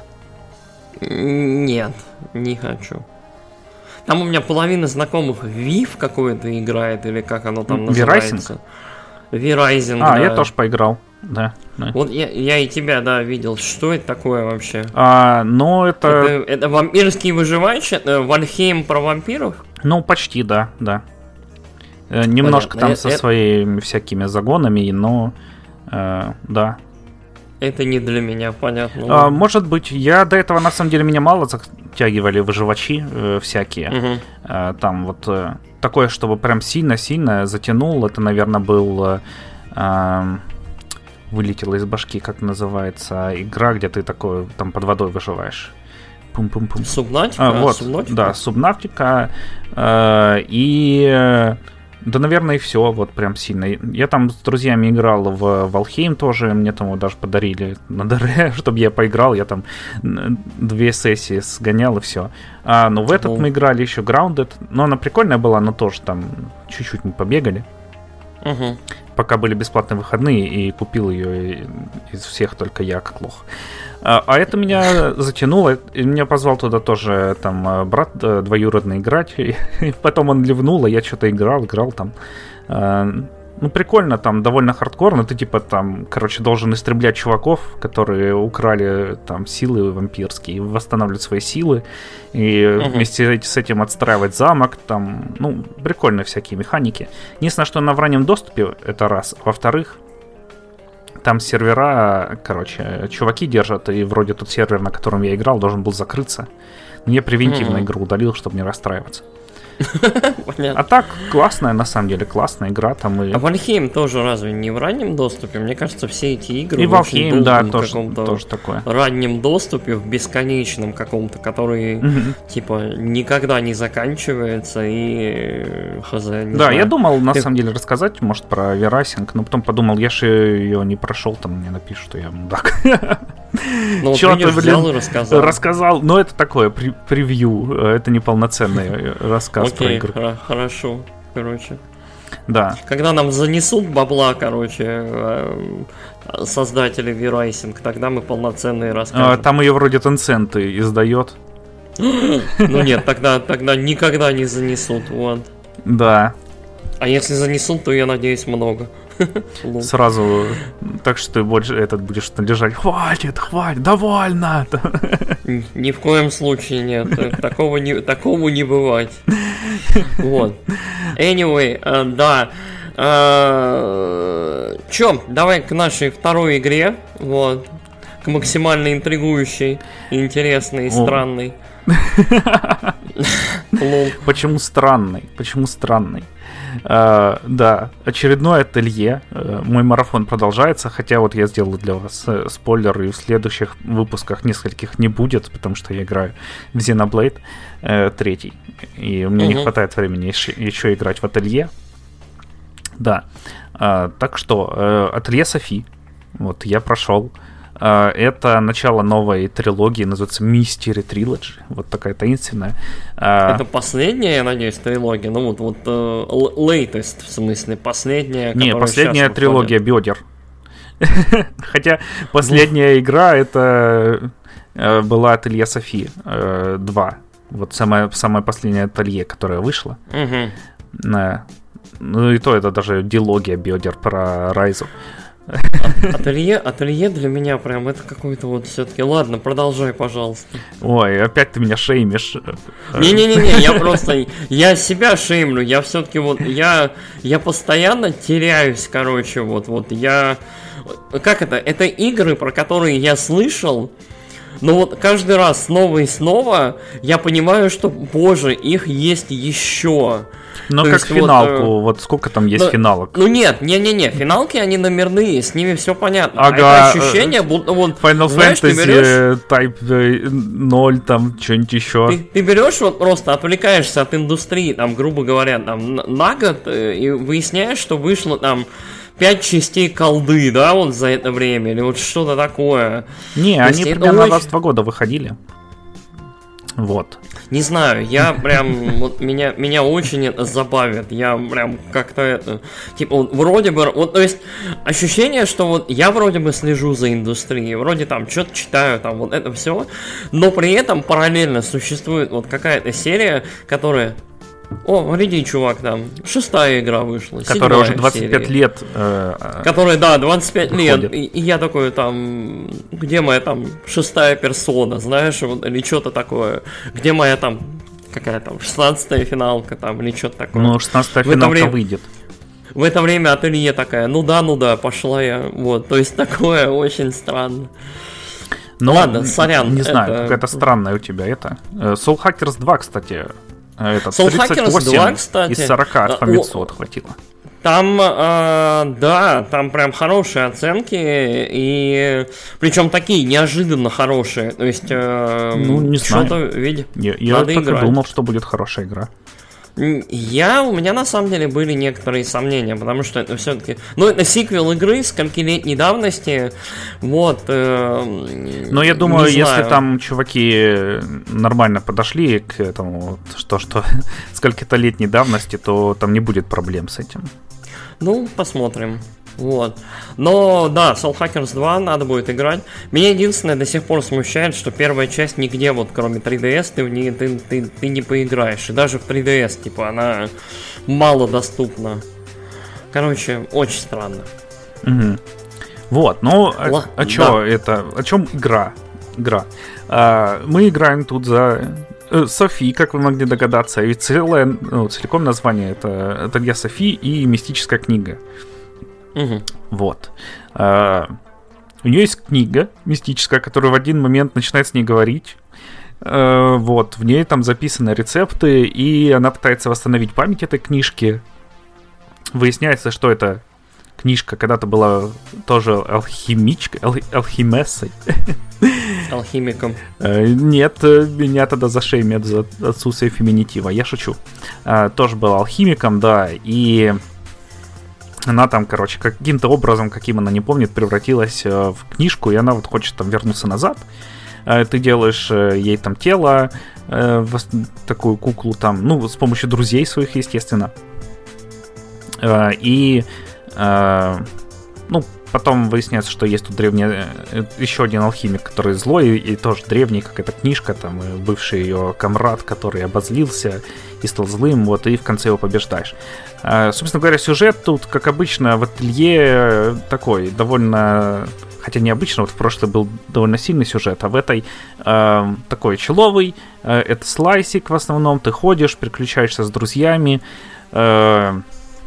Нет, не хочу. Там у меня половина знакомых Вив какой-то играет, или как оно там называется. V-Rising? А, да. Я тоже поиграл. Да, да. Вот я, я и тебя, да, видел. Что это такое вообще? А, ну, это... это... Это вампирский выживач? Это Вальхейм про вампиров? Ну, почти, да, да. Немножко Понятно. там это, со это... своими всякими загонами, но э, да. Это не для меня, понятно. А, может быть, я до этого на самом деле меня мало затягивали выживачи э, всякие. Угу. Э, там вот э, такое, чтобы прям сильно-сильно затянул. Это, наверное, был э, вылетело из башки, как называется, игра, где ты такой там под водой выживаешь. Пум-пум-пум. Субнавтика? А, вот, Субнавтика? Да, Субнавтика. Э, и... Да, наверное, и все, вот прям сильно. Я там с друзьями играл в Valheim тоже, мне там его даже подарили на ДР, чтобы я поиграл, я там две сессии сгонял и все. А, ну в этот oh. мы играли еще Grounded, но она прикольная была, но тоже там чуть-чуть мы побегали. Uh-huh. пока были бесплатные выходные, и купил ее из всех только я, как лох. А, а это меня затянуло, и меня позвал туда тоже там брат двоюродный играть, и, и потом он ливнул, а я что-то играл, играл там. А, ну, прикольно, там довольно хардкорно, ты типа там, короче, должен истреблять чуваков, которые украли там силы вампирские, восстанавливать свои силы, и uh-huh. вместе с этим отстраивать замок, там, ну, прикольные всякие механики. Единственное, что на в раннем доступе, это раз, во-вторых, там сервера, короче, чуваки держат, и вроде тот сервер, на котором я играл, должен был закрыться. Но я превентивно mm-hmm. игру удалил, чтобы не расстраиваться. А так, классная, на самом деле, классная игра. Там и... А Valheim тоже разве не в раннем доступе? Мне кажется, все эти игры и в Valheim, да, в тоже, каком-то тоже такое. раннем доступе, в бесконечном каком-то, который, угу. типа, никогда не заканчивается и... хз, не Да, знаю. я думал, на Ты... самом деле, рассказать, может, про V-Rising, но потом подумал, я же ее не прошел, там мне напишут, что я мудак. Ну, вот видишь, взял и рассказал. Рассказал, но это такое, превью, это не полноценный рассказ про игру. Окей, хорошо, короче. Да. Когда нам занесут бабла, короче, создатели V-Rising, тогда мы полноценные расскажем. Там ее вроде Tencent издает. Ну нет, тогда, тогда никогда не занесут, вот. Да. А если занесут, то, я надеюсь, много. Сразу, так что ты больше этот будешь лежать. Хватит, хватит, довольно. Ни в коем случае нет. Такого не, такому не бывать. Вот. Anyway, uh, да. Uh, чё, давай к нашей второй игре. Вот. К максимально интригующей, интересной и странной. Почему странный? Почему странный? Uh, да, очередное ателье. Uh, мой марафон продолжается, хотя вот я сделал для вас uh, спойлер, и в следующих выпусках нескольких не будет, потому что я играю в Xenoblade uh, третий, и у меня uh-huh. не хватает времени еще, еще играть в ателье. Да, uh, так что uh, ателье Софи, вот я прошел. Uh, это начало новой трилогии, называется Mystery Trilogy. Вот такая таинственная. Uh, это последняя, я надеюсь, трилогия. Ну вот, вот uh, latest, в смысле, последняя. Не, последняя трилогия Бёдер. Хотя последняя игра это uh, была Ателье Софи uh, два. Вот самая, самая последняя ателье, которая вышла. Uh, ну и то это даже дилогия Бёдер про Райзу. Ателье, ателье для меня прям это какой-то вот все-таки. Ладно, продолжай, пожалуйста. Ой, опять ты меня шеймишь. Не-не-не, я просто я себя шеймлю. Я все-таки вот я я постоянно теряюсь, короче, вот вот я как это? Это игры, про которые я слышал. Но вот каждый раз снова и снова я понимаю, что, боже, их есть еще. Ну, как есть, финалку, вот, вот сколько там есть ну, финалок? Ну нет, не-не-не, финалки они номерные, с ними все понятно. Ага, а это ощущение, будто вот, Final знаешь, Fantasy берешь, Type ноль, там, что-нибудь еще. Ты, ты берешь, вот просто отвлекаешься от индустрии, там, грубо говоря, там, на год, и выясняешь, что вышло там пять частей колды, да, вот за это время, или вот что-то такое. Не, то они примерно очень... раз в два года выходили. Вот. Не знаю, я прям, вот меня, меня очень это забавит, я прям как-то это, типа, вот, вроде бы, вот, то есть, ощущение, что вот я вроде бы слежу за индустрией, вроде там что-то читаю, там, вот это все, но при этом параллельно существует вот какая-то серия, которая... О, гляди, чувак, там шестая игра вышла, которая уже двадцать пять серия. Лет э, Которая, да, двадцать пять лет. И, и я такой, там, где моя там шестая персона, знаешь, вот, или что-то такое. Где моя там, какая там, шестнадцатая финалка, там, или что-то такое. Ну, шестнадцатая финалка время... выйдет. В это время ателье такая, ну да, ну да, пошла я. Вот, то есть такое очень странно. Ну, ладно, сорян. Не знаю, это... какая-то странная у тебя это. Soul Hackers два, кстати. Это Soul Hackers два, кстати, из сорока от Famitsu хватило. Там, э, да, там прям хорошие оценки, и причем такие неожиданно хорошие. То есть, э, ну, не что-то, знаю. види, я я только играть. думал, что будет хорошая игра. Я, у меня на самом деле были некоторые сомнения, потому что это все-таки... Ну, это сиквел игры сколькилетней давности, вот... Э, Но я думаю, если там чуваки нормально подошли к этому, что, что сколько-то летней давности, то там не будет проблем с этим. Ну, посмотрим. Вот. Но, да, Soul Hackers два надо будет играть. Меня единственное до сих пор смущает, что первая часть нигде, вот кроме три ди эс, ты, в ней, ты, ты, ты не поиграешь. И даже в три ди эс, типа, она мало доступна. Короче, очень странно. Угу. Вот, ну, Л- а, а чё да. это? О чем игра? Игра. А, мы играем тут за э, Софи, как вы могли догадаться, и целое, ну, целиком название это, это для Софи и мистическая книга. Угу. Вот. А, у нее есть книга мистическая, которая в один момент начинает с ней говорить. А, вот, в ней там записаны рецепты, и она пытается восстановить память этой книжки. Выясняется, что это книжка когда-то была тоже алхимичкой, ал- алхимессой. Алхимиком. Нет, меня тогда зашеймят за отсутствие феминитива. Я шучу. Тоже был алхимиком, да, и она там, короче, каким-то образом, каким она не помнит, превратилась в книжку, и она вот хочет там вернуться назад. Ты делаешь ей там тело, такую куклу там, ну, с помощью друзей своих, естественно. И, ну, потом выясняется, что есть тут древний, еще один алхимик, который злой, и тоже древний, как эта книжка, там, бывший ее комрад, который обозлился и стал злым, вот, и в конце его побеждаешь. Собственно говоря, сюжет тут, как обычно, в ателье такой, довольно, хотя необычно, вот в прошлый был довольно сильный сюжет, а в этой э, такой человый, э, это слайсик в основном, ты ходишь, переключаешься с друзьями, э,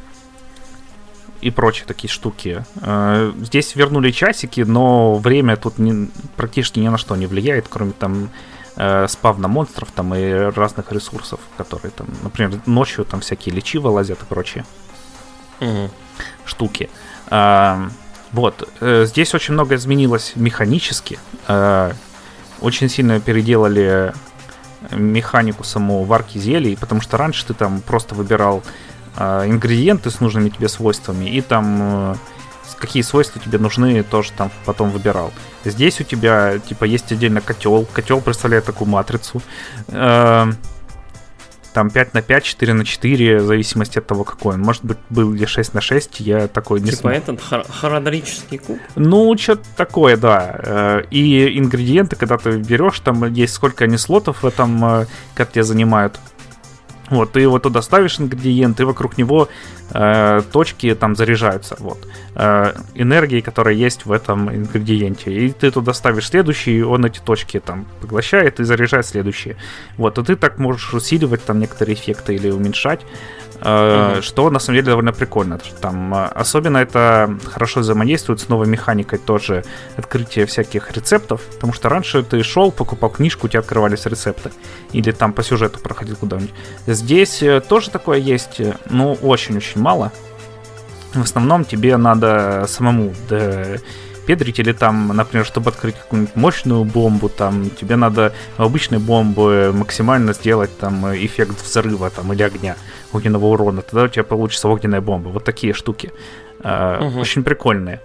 и прочие такие штуки. Здесь вернули часики, но время тут не, практически ни на что не влияет, кроме там спавна монстров там и разных ресурсов, которые там, например, ночью там всякие личи вылазят и прочие угу. штуки. Вот. Здесь очень много изменилось механически. Очень сильно переделали механику саму варки зелий, потому что раньше ты там просто выбирал ингредиенты с нужными тебе свойствами, и там какие свойства тебе нужны, тоже там потом выбирал. Здесь у тебя типа есть отдельно котел. Котел представляет такую матрицу. Там пять на пять, четыре на четыре, в зависимости от того, какой он. Может быть, был ли шесть на шесть, я такой не Типа этот хорадорический куб? Ну, что-то такое, да. И ингредиенты, когда ты берешь, там есть сколько они слотов в этом котле занимают. Вот, ты его туда ставишь ингредиент, и вокруг него э, точки там заряжаются, вот, э, энергией, которая есть в этом ингредиенте. И ты туда ставишь следующий, он эти точки там поглощает и заряжает следующие. Вот, и ты так можешь усиливать там некоторые эффекты или уменьшать, э, mm-hmm. что на самом деле довольно прикольно. Там, особенно это хорошо взаимодействует с новой механикой тоже открытия всяких рецептов, потому что раньше ты шел, покупал книжку, у тебя открывались рецепты, или там по сюжету проходил куда-нибудь. Здесь тоже такое есть, но очень-очень мало. В основном тебе надо самому педрить, или там, например, чтобы открыть какую-нибудь мощную бомбу, там тебе надо в обычной бомбе максимально сделать там эффект взрыва там, или огня, огненного урона. Тогда у тебя получится огненная бомба. Вот такие штуки. Угу. Очень прикольные.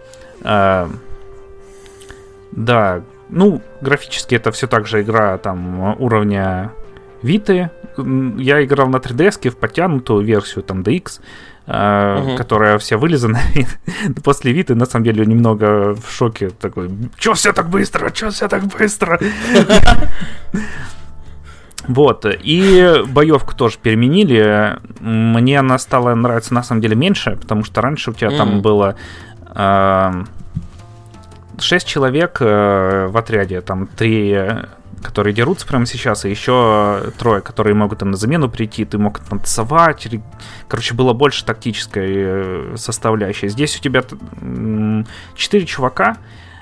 Да, ну, графически это все так же игра там уровня Виты. Я играл на три ди эс в подтянутую версию, там, ди икс, э, угу. которая вся вылизана. После Виты, на самом деле, немного в шоке. Такой, чё все так быстро? Чё все так быстро? Вот. И боевку тоже переменили. Мне она стала нравиться, на самом деле, меньше, потому что раньше у тебя там было шесть человек в отряде, там три... которые дерутся прямо сейчас, и еще трое, которые могут там на замену прийти, ты мог там тасовать. Короче, было больше тактической составляющей. Здесь у тебя четыре чувака,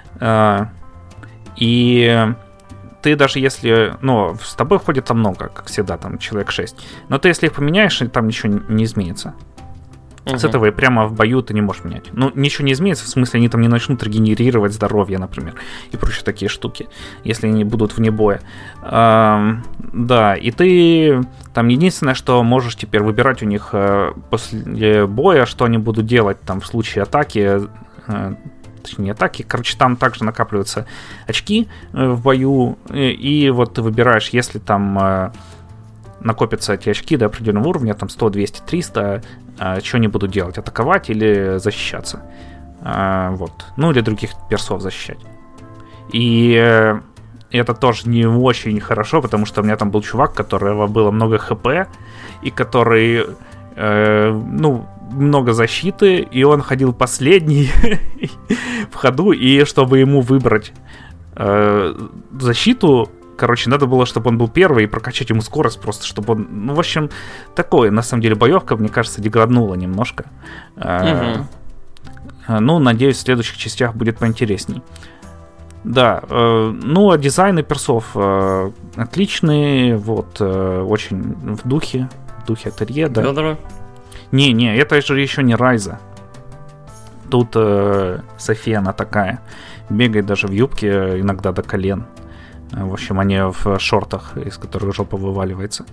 и ты даже если... Ну, с тобой ходит там много, как всегда, там человек шесть. Но ты если их поменяешь, там ничего не изменится. Uh-huh. С этого и прямо в бою ты не можешь менять. Ну, ничего не изменится, в смысле, они там не начнут регенерировать здоровье, например, и прочие такие штуки, если они будут вне боя. А, да, и ты там единственное, что можешь теперь выбирать у них а, после боя, что они будут делать там в случае атаки, а, точнее, не атаки, короче, там также накапливаются очки а, в бою, и, и вот ты выбираешь, если там... А, накопятся эти очки до определенного уровня, там сто, двести, триста, а, что они будут делать? Атаковать или защищаться? А, вот. Ну, или других персов защищать. И э, это тоже не очень хорошо, потому что у меня там был чувак, у которого было много хп, и который, э, ну, много защиты, и он ходил последний в ходу, и чтобы ему выбрать э, защиту, короче, надо было, чтобы он был первый и прокачать ему скорость просто, чтобы он... Ну, в общем, такое, на самом деле, боевка, мне кажется, деграднула немножко. Угу. Ну, надеюсь, в следующих частях будет поинтересней. Да, э, ну, а дизайны персов э, отличные, вот, э, очень в духе, в духе Ателье, да. Фёдора? Не, не, это же еще не Райза. Тут э, София, она такая, бегает даже в юбке, иногда до колен. В общем, они в шортах, из которых жопа вываливается.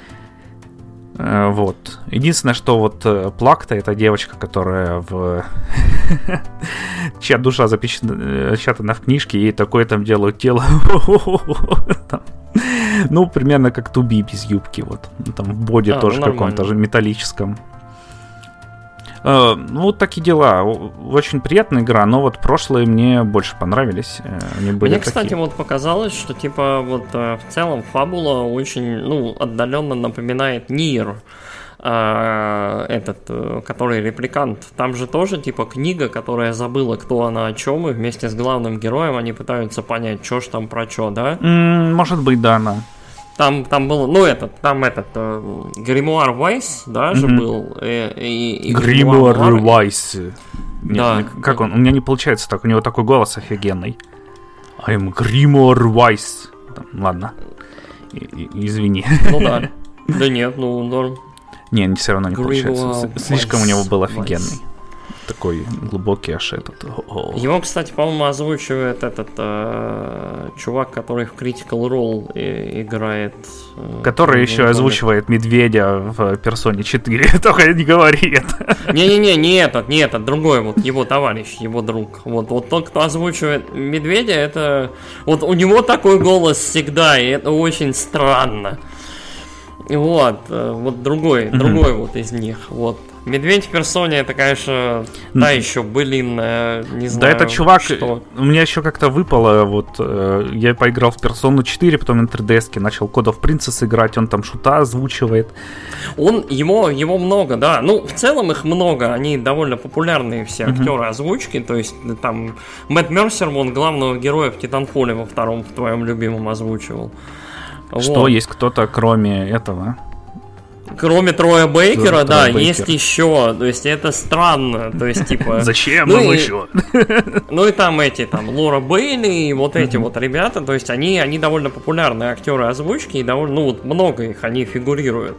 Вот. Единственное, что вот Плакта — это девочка, которая в... чья душа запечатана в книжке, и такое там делают тело. Ну, примерно как Туби без юбки. Вот. Там в боди тоже каком-то же металлическом. Ну, вот такие дела. Очень приятная игра, но вот прошлые мне больше понравились. Они были мне, такие. Кстати, вот показалось, что типа вот в целом фабула очень, ну, отдаленно напоминает Нир, этот, который репликант. Там же тоже типа книга, которая забыла, кто она, о чем, и вместе с главным героем они пытаются понять, что ж там про что, да? Mm, может быть, да, она. Там, там был, ну, этот, там этот, э, Гримуар Вайс, да, же mm-hmm. был. И, и, и Гримуар Вайс. Да. Нет, как он? У меня не получается так, у него такой голос офигенный. I'm Гримуар Вайс. Ладно, и, и, извини. Ну да. Да нет, ну, норм. Не, все равно не получается. Слишком у него был офигенный. Такой глубокий аж этот. О-о. Его, кстати, по-моему, озвучивает этот э, чувак, который в Critical Role и, играет. Э, который еще озвучивает медведя в Персоне четыре. Только не говори это. Не-не-не, не этот, не этот, другой вот, его товарищ, его друг. Вот, вот тот, кто озвучивает медведя, это... Вот у него такой голос всегда, и это очень странно. Вот, вот другой, mm-hmm. другой вот из них, вот. Медведь в Персоне, это, конечно, та еще былинная, не знаю. Да, это чувак, что. У меня еще как-то выпало, вот, э, я поиграл в Персону четыре, потом на три ди эс-ке начал Code of Princess играть, он там шута озвучивает. Он, его, его много, да, ну, в целом их много, они довольно популярные все актеры mm-hmm. озвучки, то есть, там, Мэтт Мерсер, он главного героя в Титанфоле во втором, в твоем любимом, озвучивал. Что, вот. Есть кто-то, кроме этого? Кроме Троя Бейкера, Троя да, Бейкер. Есть еще. То есть это странно. То есть, типа. Зачем ну им и, еще? Ну и там эти, там, Лора Бейли и вот эти вот ребята, то есть они, они довольно популярные актеры озвучки, и довольно, ну вот много их, они фигурируют.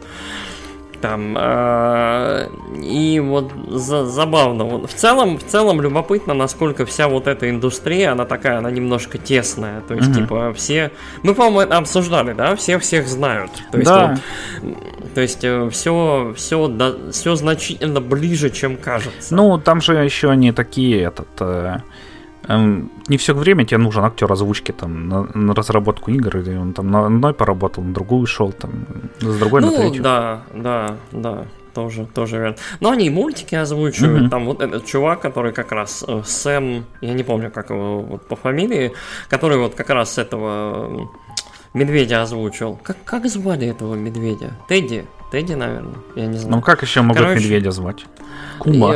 Там, э, и вот за, забавно. Вот, в целом, в целом любопытно, насколько вся вот эта индустрия, она такая, она немножко тесная. То есть, mm-hmm. типа, все... Мы, по-моему, это обсуждали, да? Все всех знают. То есть, да. вот, то есть все, все, да, все значительно ближе, чем кажется. Ну, там же еще они такие, этот... Э... Не все время тебе нужен актер озвучки там, на, на разработку игр, или он там на одной поработал, на другую шел, там, с другой ну, на третью. Да, да, да, тоже, тоже верно. Но они и мультики озвучивают, mm-hmm. там вот этот чувак, который как раз э, Сэм, я не помню, как его вот, по фамилии, который вот как раз этого медведя озвучил. Как, как звали этого медведя? Тедди? Тедди, наверное, я не знаю. Ну как еще могут Короче, медведя звать? Кума.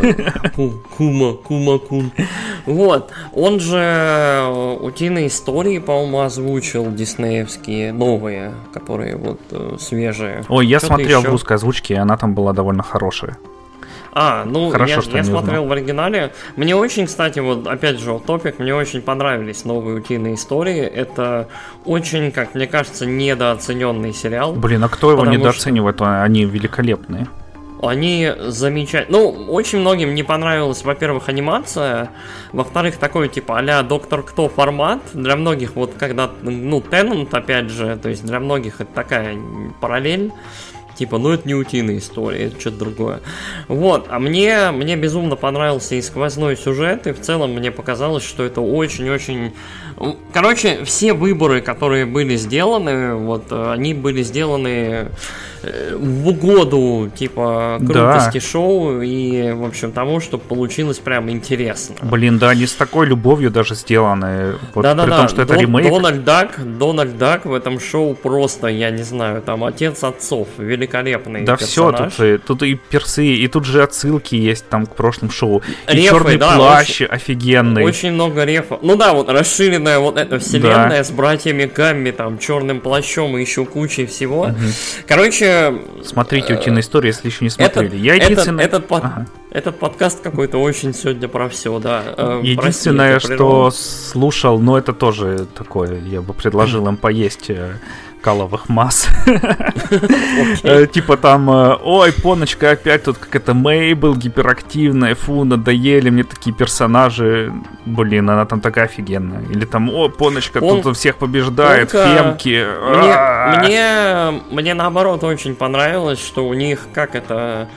Кума, Кума, Кун. Вот. Он же утиные истории, по-моему, озвучил диснеевские, новые, которые вот свежие. Ой, я Что-то смотрел еще? В русской озвучке, и она там была довольно хорошая. А, ну, Хорошо, я, что я не смотрел узнал. в оригинале. Мне очень, кстати, вот опять же, топик, мне очень понравились новые утиные истории. Это очень, как мне кажется, недооцененный сериал. Блин, а кто его недооценивает? Что... Они великолепные. Они замечательные. Ну, очень многим не понравилась, во-первых, анимация. Во-вторых, такой, типа, а-ля Доктор Кто формат. Для многих, вот, когда, ну, Теннант, опять же, то есть для многих это такая параллель. типа, ну это не утиная история, это что-то другое. Вот, а мне, мне безумно понравился и сквозной сюжет, и в целом мне показалось, что это очень-очень... Короче, все выборы, которые были сделаны, вот, они были сделаны в угоду, типа, крутости да. шоу и, в общем, тому, чтобы получилось прям интересно. Блин, да, они с такой любовью даже сделаны. Вот да, да, при да. том, что это Дон, ремейк. Дональд Дак, Дональд Дак в этом шоу просто, я не знаю, там отец отцов, великолепный да персонаж. все, тут, тут и персы, и тут же отсылки есть там к прошлым шоу. И рефы, черный да, плащ очень, офигенный. Очень много рефов. Ну да, вот расширенная вот эта вселенная да. с братьями Гамми, там, черным плащом и еще кучей всего. Угу. Короче... Смотрите «Утиная история», если еще не смотрели. Этот, я единственное... Этот, этот, ага. этот подкаст какой-то очень сегодня про все, да. Единственное, Прости, что слушал, но это тоже такое, я бы предложил им поесть каловых масс. Типа там, ой, Поночка опять тут какая-то Мейбл гиперактивная, фу, надоели мне такие персонажи. Блин, она там такая офигенная. Или там, о, Поночка тут всех побеждает, фемки. Мне, мне наоборот очень понравилось, что у них, как это...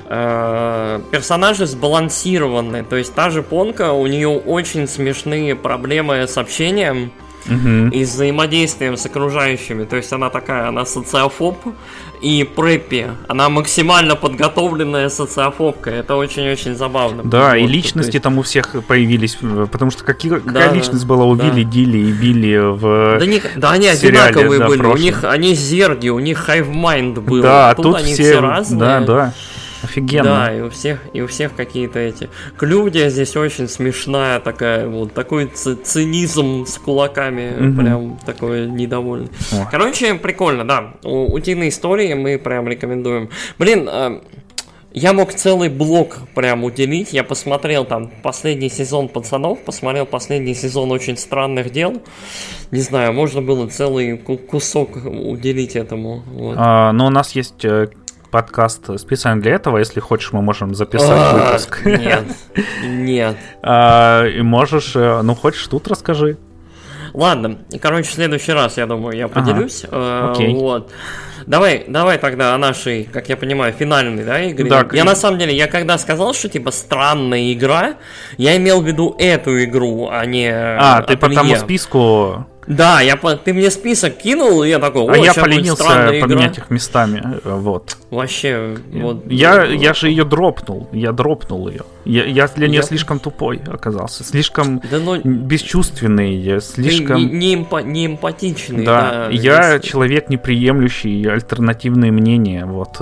персонажи сбалансированы. То есть та же Понка, у нее очень смешные проблемы с общением uh-huh. и с взаимодействием с окружающими. То есть она такая, она социофоб и преппи. Она максимально подготовленная социофобка. Это очень-очень забавно. Да, вот, и личности есть... там у всех появились. Потому что какие, да, какая личность была у да. Вилли, Дилли и Билли в Да, не, да они сериале, одинаковые да, были. прошлом. У них они зерги, у них hive-mind был. Да, тут, тут они все, все разные. Да, да. Офигенно. Да, и у всех, и у всех какие-то эти... Клювдия здесь очень смешная такая, вот такой ц- цинизм с кулаками, mm-hmm. прям такой недовольный. Oh. Короче, прикольно, да. У «Утиной истории» мы прям рекомендуем. Блин, э, я мог целый блок прям уделить. Я посмотрел там последний сезон «Пацанов», посмотрел последний сезон «Очень странных дел». Не знаю, можно было целый кусок уделить этому. Вот. А, но у нас есть... подкаст специально для этого. Если хочешь, мы можем записать выпуск. Нет, нет. И можешь, ну хочешь, тут расскажи. Ладно, короче, в следующий раз, я думаю, я поделюсь. Окей. Вот. Давай, давай тогда о нашей, как я понимаю, финальной, да, игре. Да, я на самом деле, я когда сказал, что типа странная игра, я имел в виду эту игру, а не. А, ты по тому списку. Да, я по... ты мне список кинул, и я такой, о, а я поленился поменять их местами, вот. Вообще, вот. Я, я же ее дропнул, я дропнул ее. Я, я для нее я... слишком тупой оказался, слишком да, но... бесчувственный, слишком... Не, не, эмпа... не эмпатичный. Да, да я здесь... человек, не приемлющий альтернативные мнения, вот.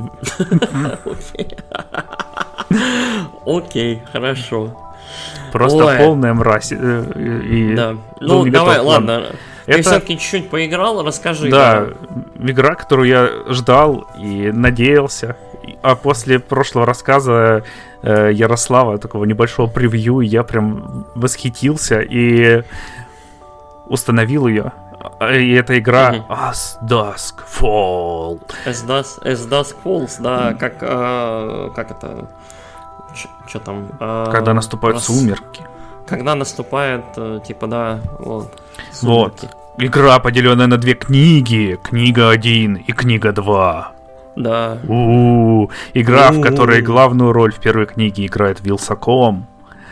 Окей, хорошо. Просто Ой. полная мразь. И да. Ну, давай, ладно. Ты это... все-таки чуть-чуть поиграл, расскажи. Да, да, игра, которую я ждал и надеялся. А после прошлого рассказа э, Ярослава, такого небольшого превью, я прям восхитился и установил ее. И эта игра mm-hmm. As Dusk Falls. As Dusk, As Dusk Falls, да, mm-hmm. как, э, как это... Что там? Э, Когда наступают раз... сумерки. Когда наступает, э, типа, да, вот. Сумерки. Вот. Игра, поделенная на две книги. Книга один и книга два. Да. У-у-у. Игра, У-у-у. в которой главную роль в первой книге играет Вилсаком.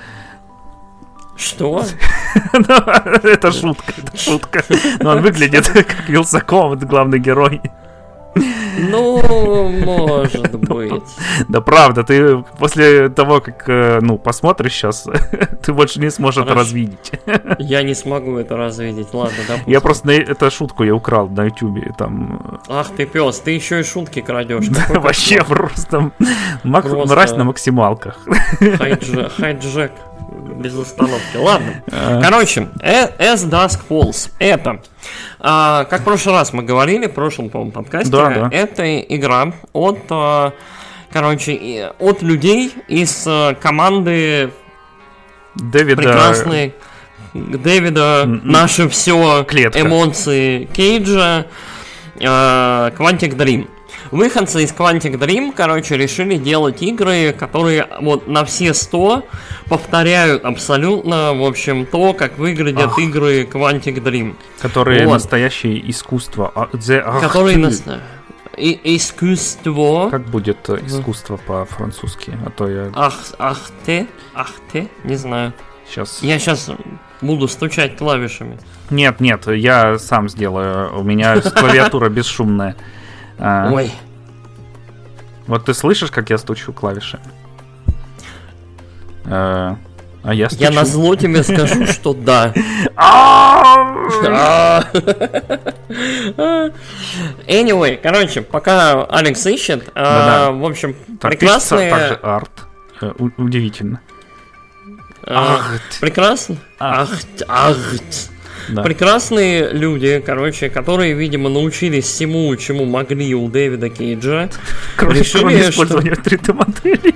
Что? Это шутка, это шутка. Но он выглядит как Вилсаком, это главный герой. Ну, может быть. Да правда, ты после того, как, ну, посмотришь сейчас, ты больше не сможешь это развидеть. Я не смогу это развидеть, ладно, допустим. Я просто, эту шутку я украл на ютубе, там... Ах ты пес, ты еще и шутки крадешь. Вообще просто мразь на максималках. Хайджек. Без остановки. Ладно. Короче, As Dusk Falls. Это, а, как в прошлый раз мы говорили, в прошлом, по-моему, подкасте, да, да. это игра от, а, короче, от людей из а, команды Дэвида... прекрасной Дэвида, mm-hmm. наше все, Клетка. Эмоции Кейджа, а, Quantic Dream. Выходцы из Quantic Dream, короче, решили делать игры, которые вот на все сто повторяют абсолютно, в общем, то, как выглядят Ах. игры Quantic Dream. Которые вот. Настоящее искусство. The которые настоящее. и, искусство. Как будет искусство по-французски? А то я... Ах, ах ты, ах ты, не знаю. Сейчас. Я сейчас буду стучать клавишами. Нет, нет, я сам сделаю. У меня клавиатура бесшумная. А, Ой. Вот ты слышишь, как я стучу клавишами? А, а я стучу. Я назло тебе скажу, что да. Anyway, короче, пока Алекс ищет, в общем, прекрасные... Также арт. Удивительно. Прекрасно. Ахт, ахт. Да. Прекрасные люди, короче, которые, видимо, научились всему, чему могли у Дэвида Кейджа. Кроме, решили, кроме использования что... три дэ-моделей.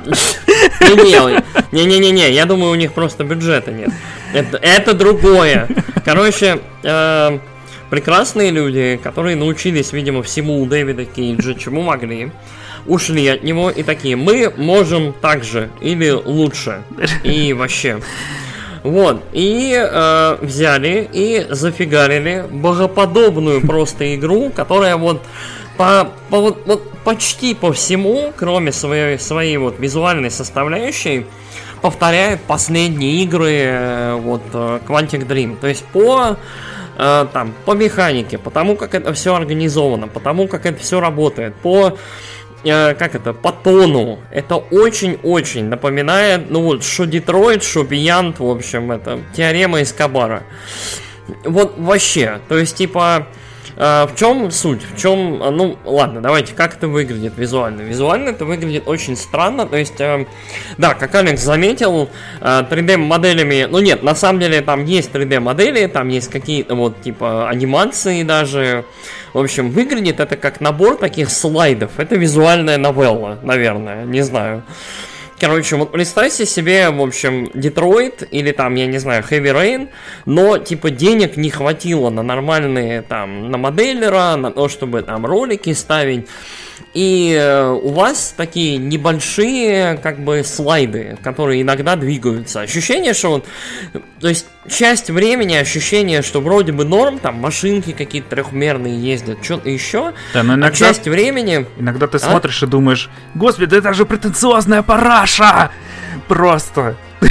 Не-не-не, я думаю, у них просто бюджета нет. Это, это другое. Короче, э, прекрасные люди, которые научились, видимо, всему у Дэвида Кейджа, чему могли. Ушли от него и такие, мы можем так же или лучше. И вообще... Вот, и э, взяли и зафигарили богоподобную просто игру, которая вот по, по вот, вот почти по всему, кроме своей, своей вот визуальной составляющей, повторяет последние игры э, вот Quantic Dream. То есть по э, там по механике, по тому, как это все организовано, по тому, как это все работает, по как это, по тону, это очень-очень напоминает, ну вот, что Детройт, что Beyond, в общем, это теорема Эскобара. Вот вообще, то есть, типа, э, в чем суть, в чем, ну, ладно, давайте, как это выглядит визуально? Визуально это выглядит очень странно, то есть, э, да, как Алекс заметил, э, три дэ-моделями, ну нет, на самом деле там есть три дэ-модели, там есть какие-то вот, типа, анимации даже. В общем, выглядит это как набор таких слайдов. Это визуальная новелла, наверное, не знаю. Короче, вот представьте себе, в общем, Детройт или там, я не знаю, Heavy Rain, но типа денег не хватило на нормальные там, на моделлера, на то, чтобы там ролики ставить. И э, у вас такие небольшие, как бы, слайды, которые иногда двигаются. Ощущение, что вот, то есть, часть времени ощущение, что вроде бы норм, там машинки какие-то трехмерные ездят, что-то еще. Да, но иногда, а часть времени... Иногда ты а? смотришь и думаешь, господи, это же претенциозная параша! Просто...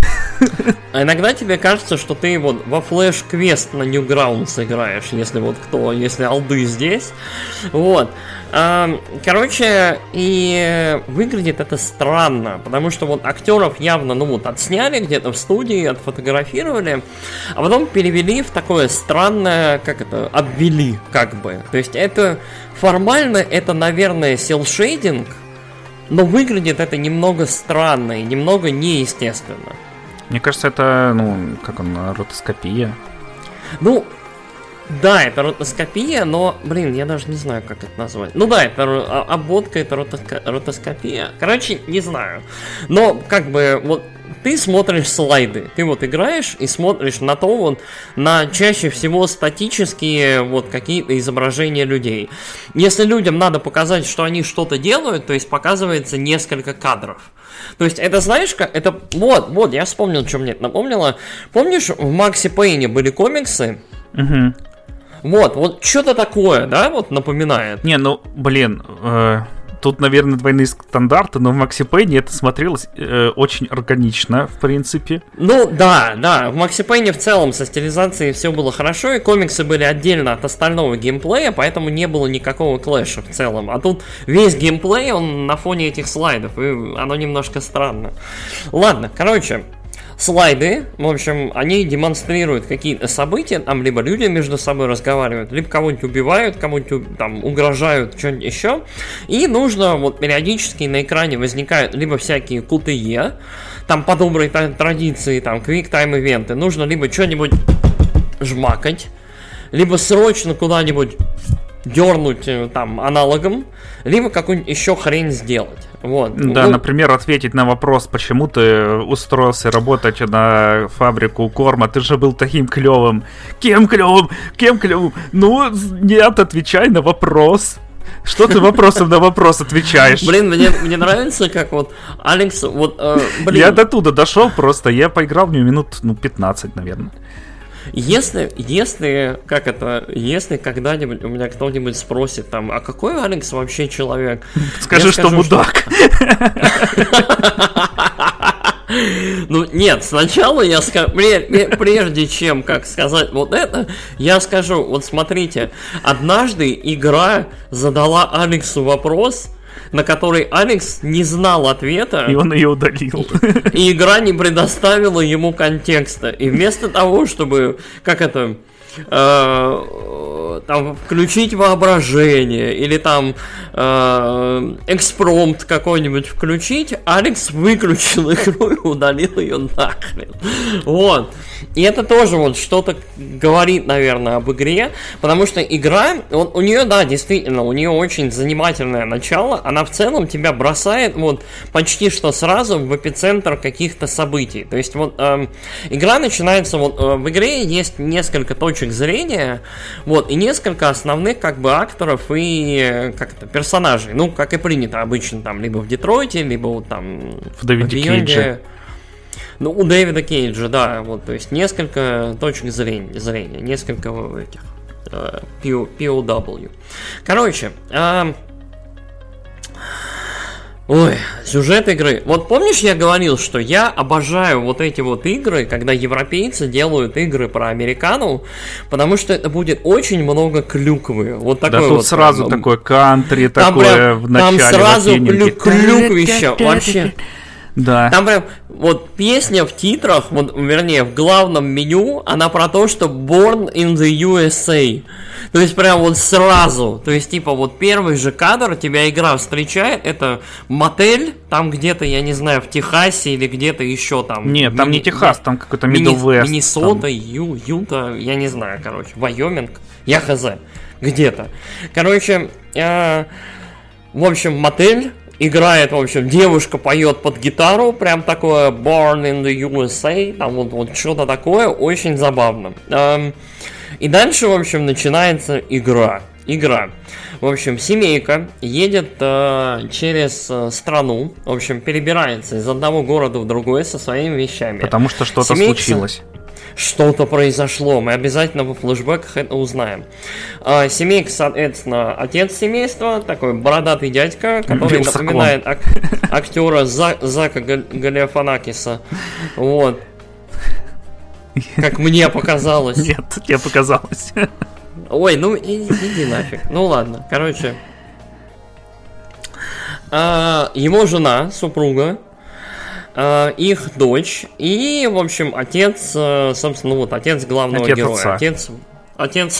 А иногда тебе кажется, что ты вот во флеш-квест на Newgrounds играешь, если вот кто, если алды здесь. Вот. Короче, и выглядит это странно, потому что вот актеров явно, ну вот, отсняли где-то в студии, отфотографировали, а потом перевели в такое странное, как это, обвели, как бы. То есть это формально, это, наверное, селшейдинг, но выглядит это немного странно и немного неестественно. Мне кажется, это, ну, как он, ротоскопия. Ну, да, это ротоскопия, но, блин, я даже не знаю, как это назвать. Ну да, это обводка, это ротоско- ротоскопия. Короче, не знаю. Но, как бы, вот, ты смотришь слайды, ты вот играешь и смотришь на то, вот, на чаще всего статические вот какие-то изображения людей. Если людям надо показать, что они что-то делают, то есть показывается несколько кадров. То есть это, знаешь, как, это, вот, вот, я вспомнил, что мне это напомнило. Помнишь, в Максе Пейне были комиксы? Угу. Вот, вот что-то такое, да, вот напоминает. Не, ну, блин, э, тут, наверное, двойные стандарты, но в Максе Пейне это смотрелось э, очень органично, в принципе. Ну, да, да, в Максе Пейне в целом со стилизацией все было хорошо, и комиксы были отдельно от остального геймплея, поэтому не было никакого клэша в целом. А тут весь геймплей, он на фоне этих слайдов, и оно немножко странно. Ладно, короче... Слайды, в общем, они демонстрируют какие-то события, там либо люди между собой разговаривают, либо кого-нибудь убивают, кому-нибудь там угрожают, что-нибудь еще. И нужно, вот периодически на экране возникают либо всякие кью ти и, там по доброй традиции, там квик-тайм ивенты, нужно либо что-нибудь жмакать, либо срочно куда-нибудь дернуть там аналогом, либо какую-нибудь еще хрень сделать. Вот. Да, ну, например, ответить на вопрос, почему ты устроился работать на фабрику корма, ты же был таким клевым. Кем клевым? Кем клевым? Ну, нет, отвечай на вопрос. Что ты вопросом на вопрос отвечаешь? Блин, мне, мне нравится, как вот Алекс, вот, э, блин. Я до туда дошел просто, я поиграл в нее минут, ну, пятнадцать, наверное. Если, если, как это, если когда-нибудь у меня кто-нибудь спросит там, а какой Алекс вообще человек? Скажи, что мудак. Ну, нет, сначала я скажу, прежде чем, как сказать вот это, я скажу, вот смотрите, однажды игра задала Алексу вопрос, на который Алекс не знал ответа. И он ее удалил. И, и игра не предоставила ему контекста. И вместо того, чтобы, как это, э, там, включить воображение или там э, экспромт какой-нибудь включить, Алекс выключил игру и удалил ее нахрен. Вот. И это тоже вот что-то говорит, наверное, об игре, потому что игра, вот, у нее, да, действительно, у нее очень занимательное начало, она в целом тебя бросает вот почти что сразу в эпицентр каких-то событий. То есть вот э, игра начинается, вот э, в игре есть несколько точек зрения, вот, и несколько основных как бы акторов и э, как-то персонажей, ну, как и принято обычно там, либо в Детройте, либо вот там в Дэвиде Кейдже. Ну, у Дэвида Кейджа, да, вот, то есть несколько точек зрения, зрения несколько этих э, пи о дабл ю. Короче, э, ой, сюжет игры. Вот помнишь, я говорил, что я обожаю вот эти вот игры, когда европейцы делают игры про американу, потому что это будет очень много клюквы. Вот такой да, тут вот, сразу там, такое кантри, там такое прям, в начале. Там сразу клю- клюквища, вообще. Да. Там прям, вот песня в титрах, вот, вернее, в главном меню, она про то, что Born in the ю эс эй. То есть прям вот сразу, то есть типа вот первый же кадр, тебя игра встречает, это мотель, там где-то, я не знаю, в Техасе или где-то еще там. Нет, там Мини... не Техас, там какой-то Middle West. Миннесота, там... Ю, Юта, я не знаю, короче, Вайоминг, я хз, где-то. Короче, э, в общем, мотель. Играет, в общем, девушка поет под гитару, прям такое Born in the ю эс эй, там вот, вот что-то такое, очень забавно. Эм, и дальше, в общем, начинается игра. Игра. В общем, семейка едет э, через э, страну, в общем, перебирается из одного города в другой со своими вещами. Потому что что-то семейка... случилось. Что-то произошло, мы обязательно во флешбеках это узнаем. А, семейка, соответственно, отец семейства, такой бородатый дядька, который Вилсакон. Напоминает ак- актера За- Зака Галифианакиса. Вот. Как мне показалось. Нет, тебе показалось. Ой, ну иди, иди нафиг. Ну ладно, короче. А, его жена, супруга, их дочь и, в общем, отец, собственно, вот отец главного отец героя. Отца. Отец. Отец.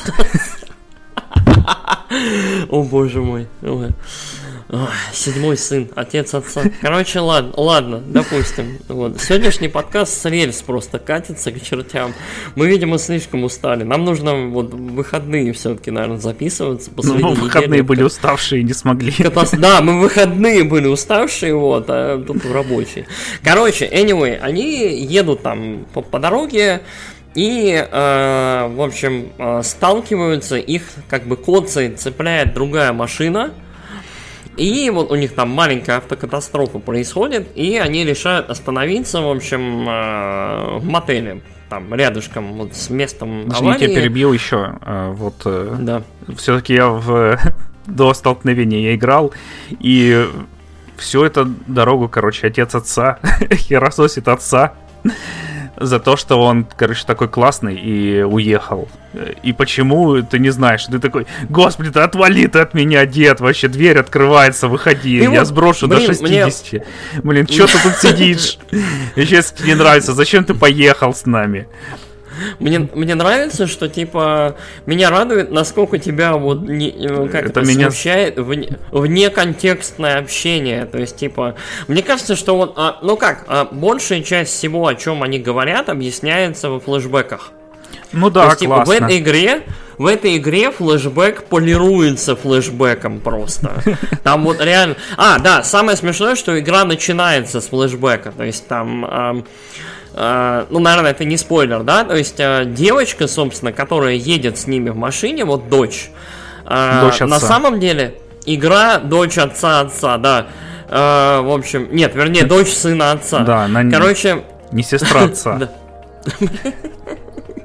О боже мой. Ой, седьмой сын, отец отца. Короче, ладно, ладно, допустим. Вот. Сегодняшний подкаст с рельс просто катится к чертям. Мы, видимо, слишком устали. Нам нужно вот в выходные все-таки, наверное, записываться. Ну, мы в выходные были это... уставшие и не смогли. Катас... Да, мы в выходные были уставшие, вот, а тут в рабочие. Короче, anyway, они едут там по, по дороге. И, э, в общем, э, сталкиваются, их как бы коцает, цепляет другая машина. И вот у них там маленькая автокатастрофа происходит, и они решают остановиться, в общем, в мотеле, там, рядышком вот с местом аварии. Извините, я перебью еще. Вот, да. Все-таки я в... до столкновения я играл, и всю эту дорогу, короче, отец отца херососит отца за то, что он, короче, такой классный и уехал. И почему, ты не знаешь. Ты такой: господи, ты отвали ты от меня, дед. Вообще дверь открывается, выходи. Ты я вот, сброшу блин, до шестидесяти. Мне... Блин, что ты тут сидишь? Еще если тебе не нравится, зачем ты поехал с нами? Мне, мне нравится, что, типа, меня радует, насколько тебя вот не, как это, это меня... смущает вне, внеконтекстное общение. То есть, типа, мне кажется, что вот, а, ну как, а, большая часть всего, о чем они говорят, объясняется во флешбеках. Ну да, то есть, классно. Типа, в этой игре, в этой игре флешбэк полируется флешбэком просто. Там вот реально... А, да, самое смешное, что игра начинается с флешбэка. То есть, там... А, Uh, ну, наверное, это не спойлер, да? То есть uh, девочка, собственно, которая едет с ними в машине, вот дочь, uh, дочь отца. На самом деле игра дочь отца отца, да. Uh, в общем, нет, вернее, дочь сына отца. Да, она Короче... не сестра отца.